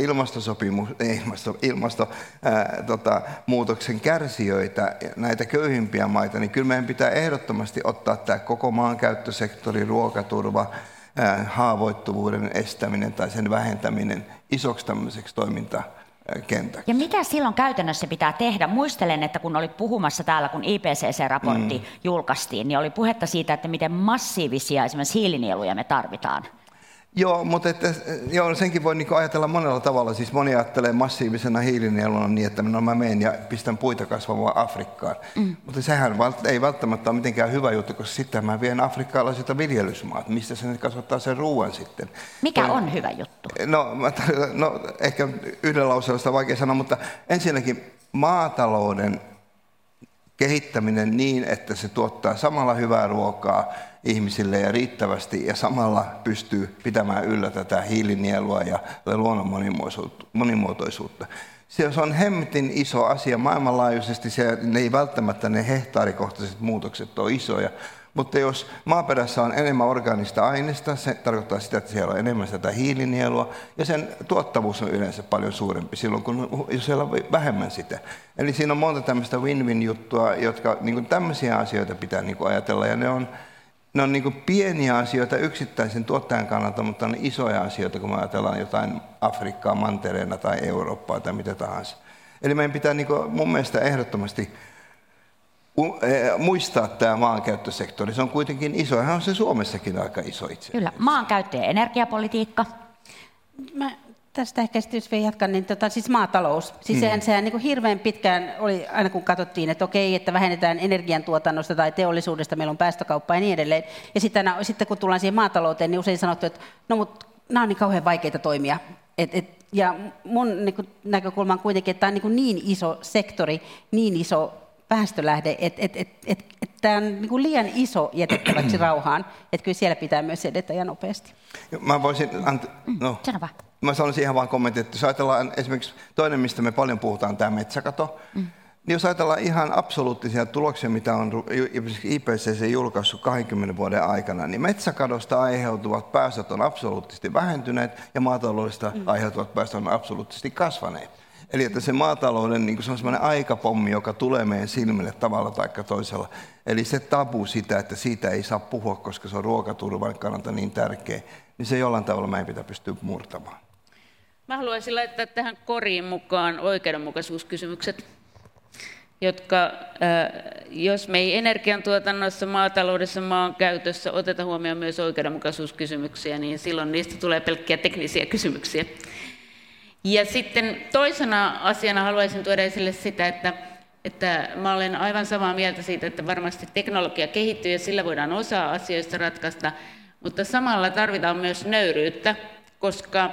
ilmastonmuutoksen kärsijöitä, näitä köyhimpiä maita, niin kyllä meidän pitää ehdottomasti ottaa tämä koko maankäyttösektori, ruokaturva, haavoittuvuuden estäminen tai sen vähentäminen isoksi tämmöiseksi toimintakentäksi. Ja mitä silloin käytännössä pitää tehdä? Muistelen, että kun olit puhumassa täällä, kun IPCC-raportti julkaistiin, niin oli puhetta siitä, että miten massiivisia esimerkiksi hiilinieluja me tarvitaan. Joo, mutta senkin voi ajatella monella tavalla. Siis moni ajattelee massiivisena hiilinieluna niin, että mä menen ja pistän puita kasvamaan Afrikkaan. Mutta sehän ei välttämättä ole mitenkään hyvä juttu, koska sitten mä vien afrikkalaisilta viljelysmaat, mistä se kasvattaa sen ruoan sitten. Mikä on hyvä juttu? No ehkä yhdellä lauseella sitä on vaikea sanoa, mutta ensinnäkin maatalouden kehittäminen niin, että se tuottaa samalla hyvää ruokaa ihmisille ja riittävästi ja samalla pystyy pitämään yllä tätä hiilinielua ja luonnon monimuotoisuutta. Se on hemmetin iso asia maailmanlaajuisesti, ne ei välttämättä ne hehtaarikohtaiset muutokset ole isoja, mutta jos maaperässä on enemmän orgaanista aineista, se tarkoittaa sitä, että siellä on enemmän sitä hiilinielua ja sen tuottavuus on yleensä paljon suurempi silloin, jos siellä on vähemmän sitä. Eli siinä on monta tämmöistä win-win-juttua, jotka niin tämmöisiä asioita pitää niin ajatella ja ne on niin pieniä asioita yksittäisen tuottajan kannalta, mutta on isoja asioita, kun me ajatellaan jotain Afrikkaa mantereena tai Eurooppaa tai mitä tahansa. Eli meidän pitää mun mielestä ehdottomasti muistaa tämä maankäyttösektori. Se on kuitenkin iso, ja on se Suomessakin aika iso itse. Kyllä, maankäyttö ja energiapolitiikka. Tästä ehkä sitten, jos vielä jatkan, niin siis maatalous. Siis sehän niin kuin hirveän pitkään oli, aina kun katsottiin, että okei, että vähennetään energiantuotannosta tai teollisuudesta, meillä on päästökauppa ja niin edelleen. Ja sitten kun tullaan siihen maatalouteen, niin usein sanottu, että no mutta nämä on niin kauhean vaikeita toimia. Ja mun niin kuin näkökulma on kuitenkin, että tämä on niin iso sektori, niin iso päästölähde, että tämä on niin kuin liian iso jätettäväksi rauhaan, että kyllä siellä pitää myös edetä ja nopeasti. Mä voisin, mä sanoisin ihan vaan kommentin, että jos ajatellaan esimerkiksi toinen, mistä me paljon puhutaan, tämä metsäkato, niin jos ajatellaan ihan absoluuttisia tuloksia, mitä on IPCC julkaissut 20 vuoden aikana, niin metsäkadosta aiheutuvat päästöt on absoluuttisesti vähentyneet ja maataloudesta aiheutuvat päästöt on absoluuttisesti kasvaneet. Eli että se maatalouden niin se on sellainen aikapommi, joka tulee meidän silmille tavalla tai toisella. Eli se tabu sitä, että siitä ei saa puhua, koska se on ruokaturvan kannalta niin tärkeä, niin se jollain tavalla meidän pitää pystyä murtamaan. Mä haluaisin laittaa tähän koriin mukaan oikeudenmukaisuuskysymykset, jotka, jos me ei energiantuotannossa, maataloudessa, maankäytössä oteta huomioon myös oikeudenmukaisuuskysymyksiä, niin silloin niistä tulee pelkkiä teknisiä kysymyksiä. Ja sitten toisena asiana haluaisin tuoda esille sitä, että mä olen aivan samaa mieltä siitä, että varmasti teknologia kehittyy ja sillä voidaan osa asioista ratkaista, mutta samalla tarvitaan myös nöyryyttä, koska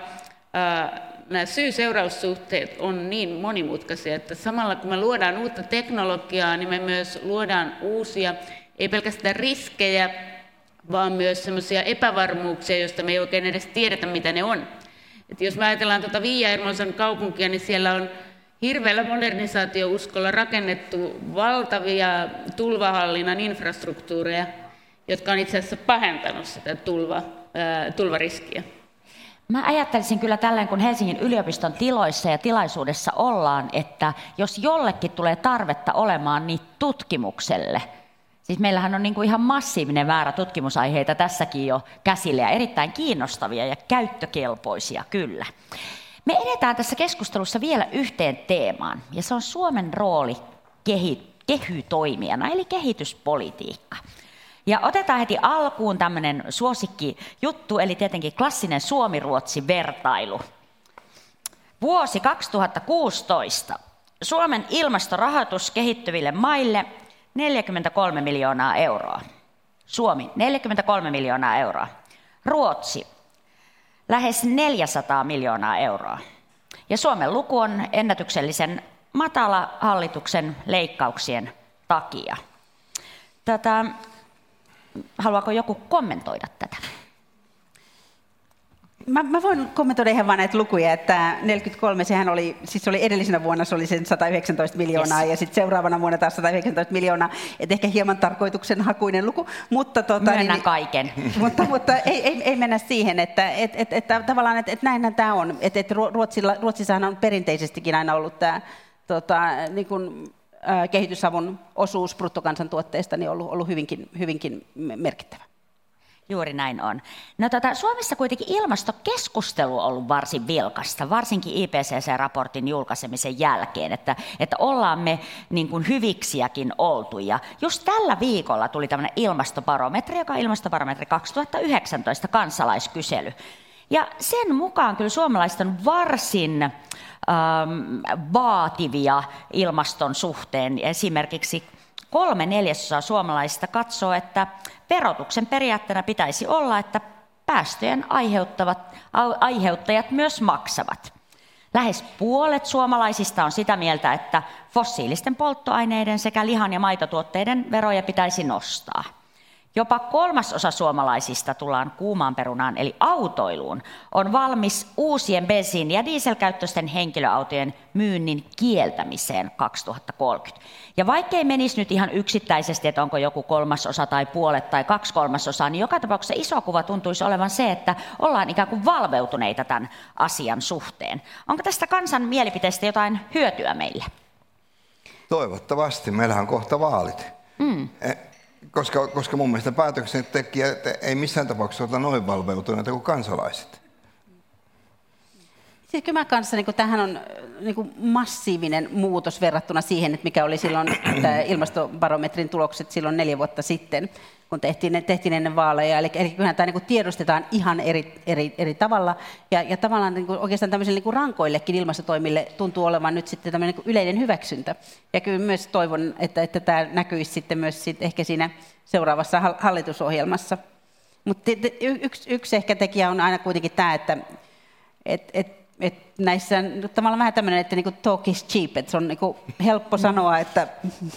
nämä syy-seuraussuhteet on niin monimutkaisia, että samalla kun me luodaan uutta teknologiaa, niin me myös luodaan uusia, ei pelkästään riskejä, vaan myös sellaisia epävarmuuksia, joista me ei oikein edes tiedetä, mitä ne on. Et jos me ajatellaan Viiahermosan kaupunkia, niin siellä on hirveällä modernisaatiouskolla rakennettu valtavia tulvahallinnan infrastruktuureja, jotka on itse asiassa pahentanut sitä tulvariskiä. Mä ajattelisin kyllä tällöin, kun Helsingin yliopiston tiloissa ja tilaisuudessa ollaan, että jos jollekin tulee tarvetta olemaan, niin tutkimukselle. Siis meillähän on niin kuin ihan massiivinen määrä tutkimusaiheita tässäkin jo käsillä ja erittäin kiinnostavia ja käyttökelpoisia kyllä. Me edetään tässä keskustelussa vielä yhteen teemaan, ja se on Suomen rooli kehytoimijana, eli kehityspolitiikka. Ja otetaan heti alkuun tämmöinen suosikkijuttu, eli tietenkin klassinen Suomi-Ruotsi-vertailu. Vuosi 2016. Suomen ilmastorahoitus kehittyville maille 43 miljoonaa euroa. Suomi 43 miljoonaa euroa. Ruotsi lähes 400 miljoonaa euroa. Ja Suomen luku on ennätyksellisen matala hallituksen leikkauksien takia. Haluaako joku kommentoida tätä? Mä voin kommentoida ihan vain näitä lukuja, että 43, sehän oli, siis oli edellisenä vuonna se oli sen 119 miljoonaa ja sitten seuraavana vuonna taas 119 miljoonaa, että ehkä hieman tarkoituksenhakuinen luku, mutta myönnän kaiken. Mutta ei mennä siihen, että tavallaan että näinhän tämä on, että Ruotsissahan on perinteisestikin aina ollut tämä niin kuin kehitysavun osuus bruttokansantuotteesta niin ollut hyvinkin merkittävä. Juuri näin on. No, Suomessa kuitenkin ilmastokeskustelu on ollut varsin vilkasta, varsinkin IPCC-raportin julkaisemisen jälkeen, että ollaan me niin kuin hyviksiäkin oltu. Ja just tällä viikolla tuli tämmöinen ilmastobarometri, joka on ilmastobarometri 2019 kansalaiskysely. Ja sen mukaan kyllä suomalaiset on varsin vaativia ilmaston suhteen. Esimerkiksi 3/4 suomalaisista katsoo, että verotuksen periaatteena pitäisi olla, että päästöjen aiheuttajat myös maksavat. Lähes puolet suomalaisista on sitä mieltä, että fossiilisten polttoaineiden sekä lihan- ja maitotuotteiden veroja pitäisi nostaa. Jopa 1/3 suomalaisista tullaan kuumaan perunaan eli autoiluun on valmis uusien bensiini- ja dieselkäyttöisten henkilöautojen myynnin kieltämiseen 2030. Ja vaikkei menisi nyt ihan yksittäisesti, että onko joku 1/3 tai puolet tai 2/3, niin joka tapauksessa iso kuva tuntuisi olevan se, että ollaan ikään kuin valveutuneita tämän asian suhteen. Onko tästä kansan mielipiteestä jotain hyötyä meille? Toivottavasti. Meillähän on kohta vaalit. Koska mun mielestä päätöksentekijät ei missään tapauksessa ole noin valveutuneita kuin kansalaiset. Siis kyllä kanssa, niin tämähän on niin massiivinen muutos verrattuna siihen, että mikä oli silloin tämä ilmastobarometrin tulokset silloin 4 vuotta sitten, kun tehtiin ennen vaaleja. Eli kyllähän tämä niin tiedostetaan ihan eri tavalla. Ja tavallaan niin oikeastaan tämmöisille niin rankoillekin ilmastotoimille tuntuu olevan nyt sitten tämmöinen niin yleinen hyväksyntä. Ja kyllä myös toivon, että tämä näkyisi sitten myös ehkä siinä seuraavassa hallitusohjelmassa. Mutta yksi ehkä tekijä on aina kuitenkin tämä, että näissä tavallaan vähän tämmöinen, että niinku talk is cheap, että se on niinku helppo sanoa, että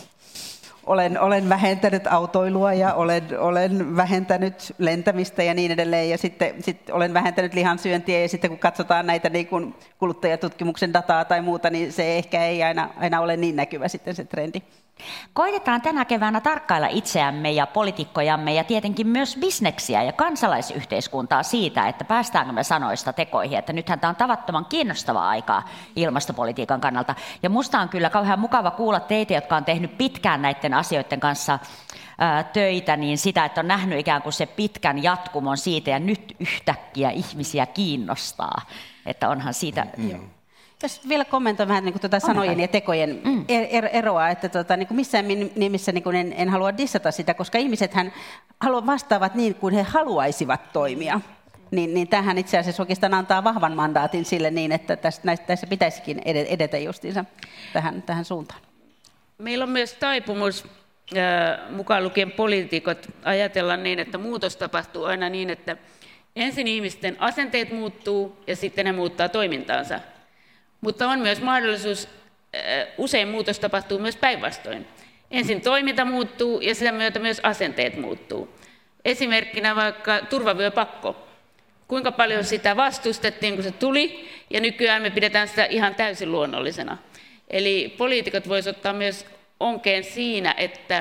olen vähentänyt autoilua ja olen vähentänyt lentämistä ja niin edelleen, ja sitten olen vähentänyt lihansyöntiä, ja sitten kun katsotaan näitä niin kuin kuluttajatutkimuksen dataa tai muuta, niin se ehkä ei aina ole niin näkyvä sitten se trendi. Koitetaan tänä keväänä tarkkailla itseämme ja poliitikkojamme ja tietenkin myös bisneksiä ja kansalaisyhteiskuntaa siitä, että päästäänkö me sanoista tekoihin. Että nythän tämä on tavattoman kiinnostavaa aikaa ilmastopolitiikan kannalta. Ja musta on kyllä kauhean mukava kuulla teitä, jotka on tehnyt pitkään näiden asioiden kanssa töitä, niin sitä, että on nähnyt ikään kuin se pitkän jatkumon siitä ja nyt yhtäkkiä ihmisiä kiinnostaa. Että onhan siitä... Jos vielä kommentoin vähän niin kuin sanojen ja tekojen eroa, että niin kuin missään nimissä niin kuin en halua dissata sitä, koska ihmisethän vastaavat niin kuin he haluaisivat toimia. Niin tämähän itse asiassa oikeastaan antaa vahvan mandaatin sille niin, että tässä pitäisikin edetä justiinsa tähän suuntaan. Meillä on myös taipumus, mukaan lukien poliitikot, ajatella niin, että muutos tapahtuu aina niin, että ensin ihmisten asenteet muuttuu ja sitten ne muuttaa toimintaansa. Mutta on myös mahdollisuus, usein muutos tapahtuu myös päinvastoin. Ensin toiminta muuttuu ja sitä myötä myös asenteet muuttuu. Esimerkkinä vaikka turvavyöpakko. Kuinka paljon sitä vastustettiin, kun se tuli, ja nykyään me pidetään sitä ihan täysin luonnollisena. Eli poliitikot voisivat ottaa myös onkeen siinä,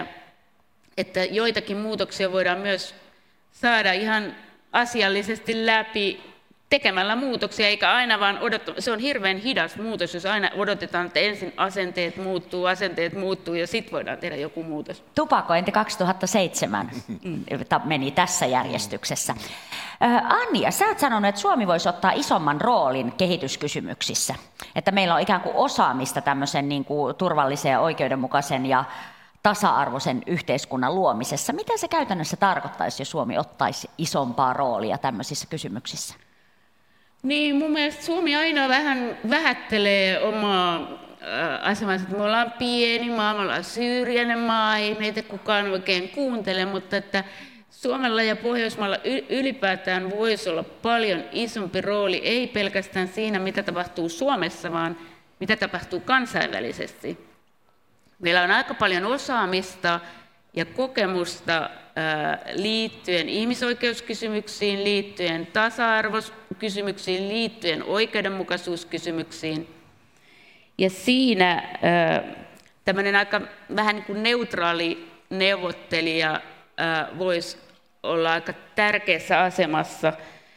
että joitakin muutoksia voidaan myös saada ihan asiallisesti läpi tekemällä muutoksia, eikä aina vaan odottaa. Se on hirveän hidas muutos, jos aina odotetaan, että ensin asenteet muuttuu ja sitten voidaan tehdä joku muutos. Tupakointi 2007 meni tässä järjestyksessä. Anja, sä oot sanonut, että Suomi voisi ottaa isomman roolin kehityskysymyksissä. Että meillä on ikään kuin osaamista tämmöisen niin kuin turvallisen ja oikeudenmukaisen ja tasa-arvoisen yhteiskunnan luomisessa. Mitä se käytännössä tarkoittaisi, jos Suomi ottaisi isompaa roolia tämmöisissä kysymyksissä? Niin, mun mielestä Suomi aina vähän vähättelee omaa asemansa, että me ollaan pieni maa, me ollaan syrjäinen maa, ei meitä kukaan oikein kuuntele, mutta että Suomella ja Pohjoismaalla ylipäätään voisi olla paljon isompi rooli, ei pelkästään siinä, mitä tapahtuu Suomessa, vaan mitä tapahtuu kansainvälisesti. Meillä on aika paljon osaamista ja kokemusta liittyen ihmisoikeuskysymyksiin, liittyen tasa-arvokysymyksiin, liittyen oikeudenmukaisuuskysymyksiin. Ja siinä tämmöinen aika vähän niin kuin neutraali neuvottelija voisi olla aika tärkeässä asemassa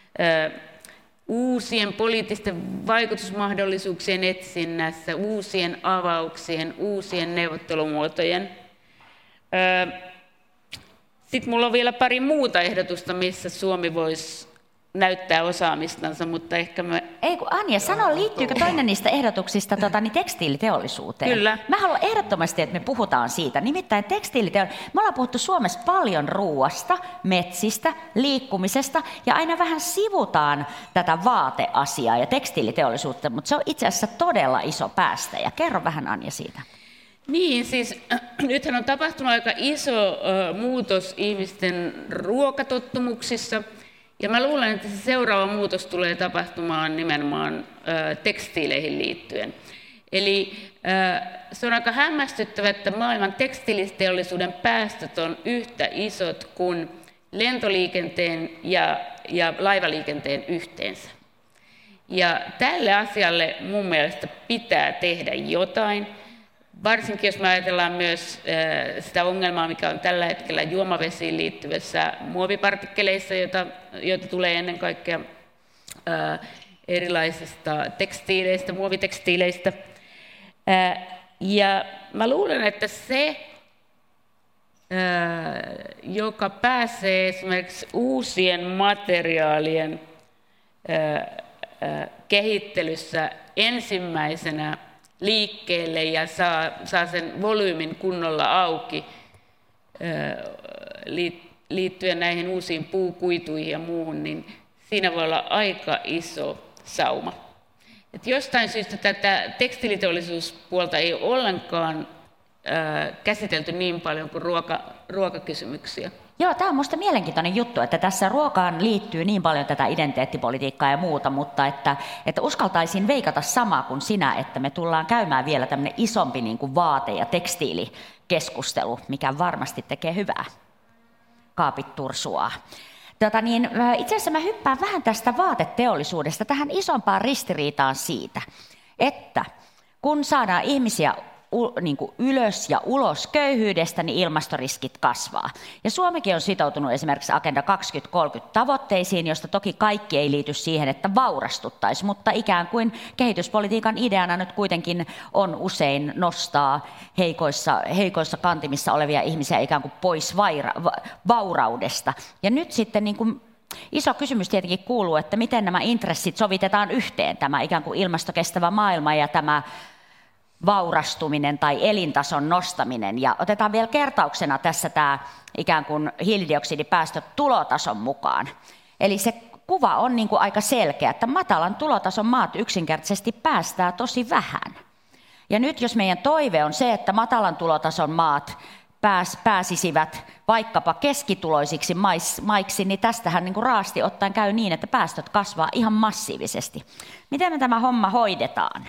uusien poliittisten vaikutusmahdollisuuksien etsinnässä, uusien avauksien, uusien neuvottelumuotojen. Sitten minulla on vielä pari muuta ehdotusta, missä Suomi voisi näyttää osaamistansa, mutta ehkä me... Ei kun Anja, sano, liittyykö toinen niistä ehdotuksista tekstiiliteollisuuteen? Kyllä. Mä haluan ehdottomasti, että me puhutaan siitä. Nimittäin me ollaan puhuttu Suomessa paljon ruuasta, metsistä, liikkumisesta ja aina vähän sivutaan tätä vaateasiaa ja tekstiiliteollisuutta, mutta se on itse asiassa todella iso päästäjä. Kerro vähän Anja siitä. Niin, siis nythän on tapahtunut aika iso muutos ihmisten ruokatottumuksissa. Ja mä luulen, että se seuraava muutos tulee tapahtumaan nimenomaan tekstiileihin liittyen. Eli se on aika hämmästyttävää, että maailman tekstiiliteollisuuden päästöt on yhtä isot kuin lentoliikenteen ja laivaliikenteen yhteensä. Ja tälle asialle mun mielestä pitää tehdä jotain. Varsinkin jos me ajatellaan myös sitä ongelmaa, mikä on tällä hetkellä juomavesiin liittyvissä muovipartikkeleissa, joita tulee ennen kaikkea erilaisista tekstiileistä, muovitekstiileistä. Ja mä luulen, että se, joka pääsee esimerkiksi uusien materiaalien kehittelyssä ensimmäisenä liikkeelle ja saa sen volyymin kunnolla auki liittyen näihin uusiin puukuituihin ja muuhun, niin siinä voi olla aika iso sauma. Et jostain syystä tätä tekstiiliteollisuuspuolta ei ole ollenkaan käsitelty niin paljon kuin ruokakysymyksiä. Joo, tämä on minusta mielenkiintoinen juttu, että tässä ruokaan liittyy niin paljon tätä identiteettipolitiikkaa ja muuta, mutta että uskaltaisin veikata samaa kuin sinä, että me tullaan käymään vielä tämmöinen isompi niin kuin vaate- ja tekstiilikeskustelu, mikä varmasti tekee hyvää. Kaapit tursuaa. Itse asiassa mä hyppään vähän tästä vaateteollisuudesta tähän isompaan ristiriitaan siitä, että kun saadaan ihmisiä niin kuin ylös ja ulos köyhyydestä, niin ilmastoriskit kasvaa. Ja Suomikin on sitoutunut esimerkiksi Agenda 2030 tavoitteisiin, josta toki kaikki ei liity siihen, että vaurastuttaisiin, mutta ikään kuin kehityspolitiikan ideana nyt kuitenkin on usein nostaa heikoissa kantimissa olevia ihmisiä ikään kuin pois vauraudesta. Ja nyt sitten niin kuin iso kysymys tietenkin kuuluu, että miten nämä intressit sovitetaan yhteen, tämä ikään kuin ilmastokestävä maailma ja tämä vaurastuminen tai elintason nostaminen. Ja otetaan vielä kertauksena tässä tämä ikään kuin hiilidioksidipäästöt tulotason mukaan. Eli se kuva on niin kuin aika selkeä, että matalan tulotason maat yksinkertaisesti päästää tosi vähän. Ja nyt jos meidän toive on se, että matalan tulotason maat pääsisivät vaikkapa keskituloisiksi maiksi, niin tästähän niin kuin raasti ottaen käy niin, että päästöt kasvaa ihan massiivisesti. Miten me tämä homma hoidetaan?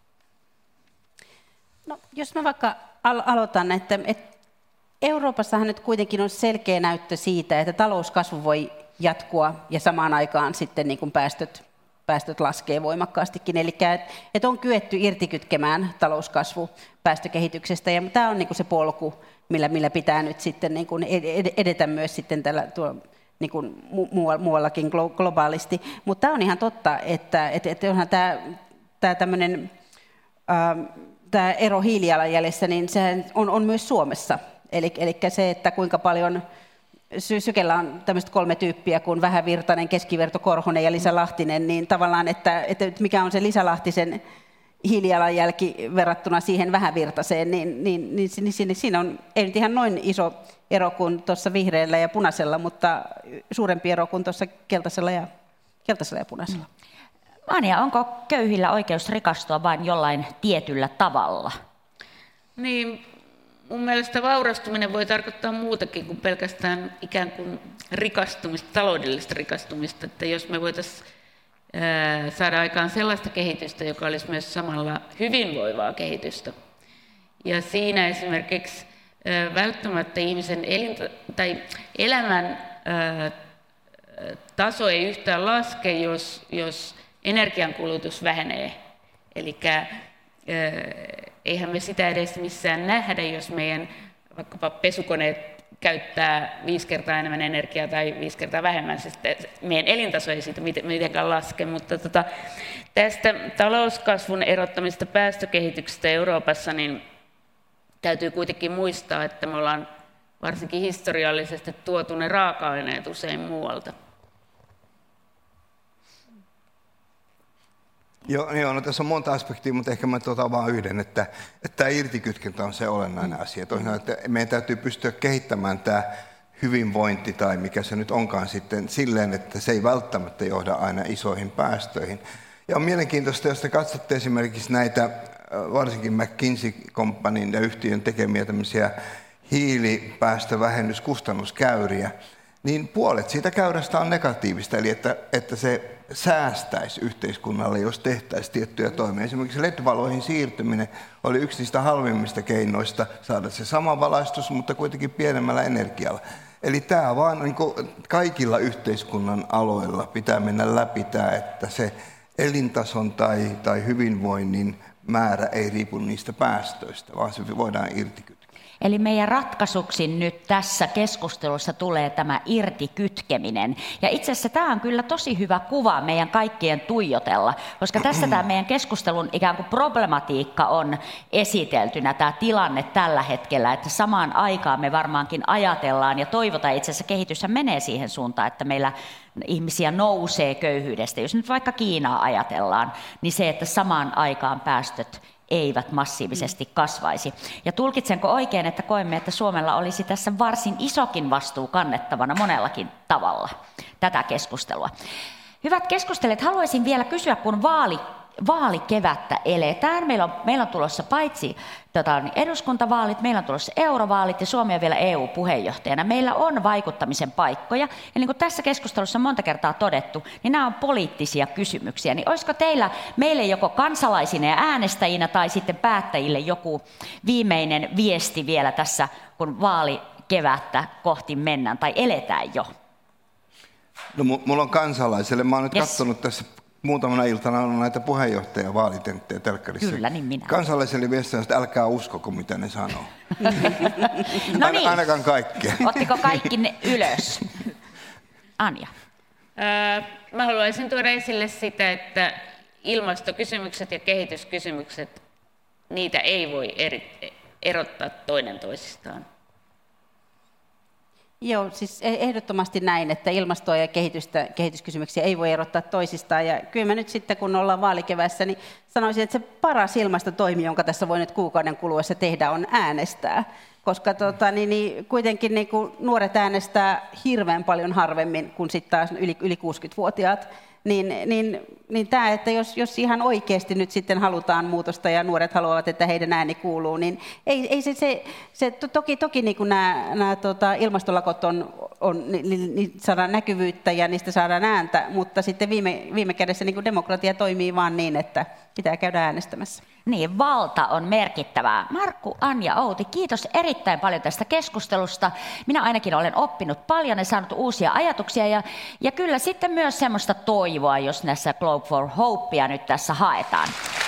No, jos mä vaikka aloitan, että Euroopassahan nyt kuitenkin on selkeä näyttö siitä, että talouskasvu voi jatkua ja samaan aikaan sitten niin kuin päästöt laskee voimakkaastikin. Eli että on kyetty irtikytkemään talouskasvu päästökehityksestä ja tämä on niin kuin se polku, millä pitää nyt sitten niin kuin edetä myös sitten niin kuin muuallakin globaalisti. Mutta tämä on ihan totta, että onhan tämä tämmöinen tämä ero hiilijalanjäljessä, niin se on myös Suomessa. Eli se, että kuinka paljon Sykellä on tämmöiset 3 tyyppiä kuin Vähävirtanen, Keskiverto, Korhonen ja Lisa Lahtinen, niin tavallaan, että mikä on se Lisa Lahtisen hiilijalanjälki verrattuna siihen Vähävirtaseen, niin siinä on ei nyt ihan noin iso ero kuin tuossa vihreällä ja punaisella, mutta suurempi ero kuin tuossa keltaisella ja punaisella. Anja, onko köyhillä oikeus rikastua vain jollain tietyllä tavalla? Niin, mun mielestä vaurastuminen voi tarkoittaa muutakin kuin pelkästään ikään kuin rikastumista, taloudellista rikastumista. Että jos me voitaisiin saada aikaan sellaista kehitystä, joka olisi myös samalla hyvinvoivaa kehitystä. Ja siinä esimerkiksi välttämättä ihmisen elämän taso ei yhtään laske, jos energiankulutus vähenee. Eli eihän me sitä edes missään nähdä, jos meidän vaikkapa pesukoneet käyttää 5 kertaa enemmän energiaa tai 5 kertaa vähemmän. Meidän elintaso ei siitä mitenkään laske, mutta tästä talouskasvun erottamista päästökehityksestä Euroopassa, niin täytyy kuitenkin muistaa, että me ollaan varsinkin historiallisesti tuotu ne raaka-aineet usein muualta. Joo, no tässä on monta aspektia, mutta ehkä mä otan vain yhden, että tämä irtikytkentä on se olennainen asia. Toisaalta, että meidän täytyy pystyä kehittämään tämä hyvinvointi tai mikä se nyt onkaan sitten silleen, että se ei välttämättä johda aina isoihin päästöihin. Ja on mielenkiintoista, jos te katsotte esimerkiksi näitä, varsinkin McKinsey Companyn ja yhtiön tekemiä tämmöisiä hiilipäästövähennyskustannuskäyriä, niin puolet siitä käyrästä on negatiivista, eli että se säästäisi yhteiskunnalle, jos tehtäisiin tiettyjä toimia. Esimerkiksi LED-valoihin siirtyminen oli yksi niistä halvimmista keinoista saada se sama valaistus, mutta kuitenkin pienemmällä energialla. Eli tämä vaan niin kuin kaikilla yhteiskunnan aloilla pitää mennä läpi tämä, että se elintason tai hyvinvoinnin määrä ei riipu niistä päästöistä, vaan se voidaan irtikytkeä. Eli meidän ratkaisuksi nyt tässä keskustelussa tulee tämä irtikytkeminen. Ja itse asiassa tämä on kyllä tosi hyvä kuva meidän kaikkien tuijotella, koska tässä tämä meidän keskustelun ikään kuin problematiikka on esiteltynä, tämä tilanne tällä hetkellä, että samaan aikaan me varmaankin ajatellaan ja toivotaan, itse asiassa kehityshän menee siihen suuntaan, että meillä ihmisiä nousee köyhyydestä. Jos nyt vaikka Kiinaa ajatellaan, niin se, että samaan aikaan päästöt eivät massiivisesti kasvaisi. Ja tulkitsenko oikein, että koemme, että Suomella olisi tässä varsin isokin vastuu kannettavana monellakin tavalla tätä keskustelua. Hyvät keskustelijat, haluaisin vielä kysyä, kun vaalikevättä eletään. Meillä on tulossa paitsi eduskuntavaalit, meillä on tulossa eurovaalit ja Suomi on vielä EU-puheenjohtajana. Meillä on vaikuttamisen paikkoja. Ja niin kuin tässä keskustelussa on monta kertaa todettu, niin nämä on poliittisia kysymyksiä. Niin olisiko meille joko kansalaisina ja äänestäjinä tai sitten päättäjille joku viimeinen viesti vielä tässä, kun vaalikevättä kohti mennään tai eletään jo? No, mulla on kansalaisille. Mä oon nyt katsonut tässä muutamana iltana on näitä puheenjohtajavaalitentteja telkkarissa. Kyllä, niin minä. Kansalaiselle viestiä, että älkää uskoko, mitä ne sanoo. No niin. Ainakaan kaikkea. Ottiko kaikki ne ylös? Anja. Mä haluaisin tuoda esille sitä, että ilmastokysymykset ja kehityskysymykset, niitä ei voi erottaa toinen toisistaan. Joo, siis ehdottomasti näin, että ilmastoa ja kehityskysymyksiä ei voi erottaa toisistaan. Ja kyllä mä nyt sitten, kun ollaan vaalikevässä, niin sanoisin, että se paras ilmastotoimi, jonka tässä voi nyt kuukauden kuluessa tehdä, on äänestää. Koska kuitenkin niin kuin nuoret äänestää hirveän paljon harvemmin kuin sitten taas yli 60-vuotiaat. Niin tämä, että jos ihan oikeasti nyt sitten halutaan muutosta ja nuoret haluavat, että heidän ääni kuuluu, niin ei se toki niin kuin nämä ilmastolakot niin saadaan näkyvyyttä ja niistä saadaan ääntä, mutta sitten viime kädessä niin kuin demokratia toimii vaan niin, että pitää käydä äänestämässä. Niin, valta on merkittävää. Markku, Anja, Outi, kiitos erittäin paljon tästä keskustelusta. Minä ainakin olen oppinut paljon ja saanut uusia ajatuksia ja kyllä sitten myös semmoista toivoa, jos näissä Globe for Hopea nyt tässä haetaan.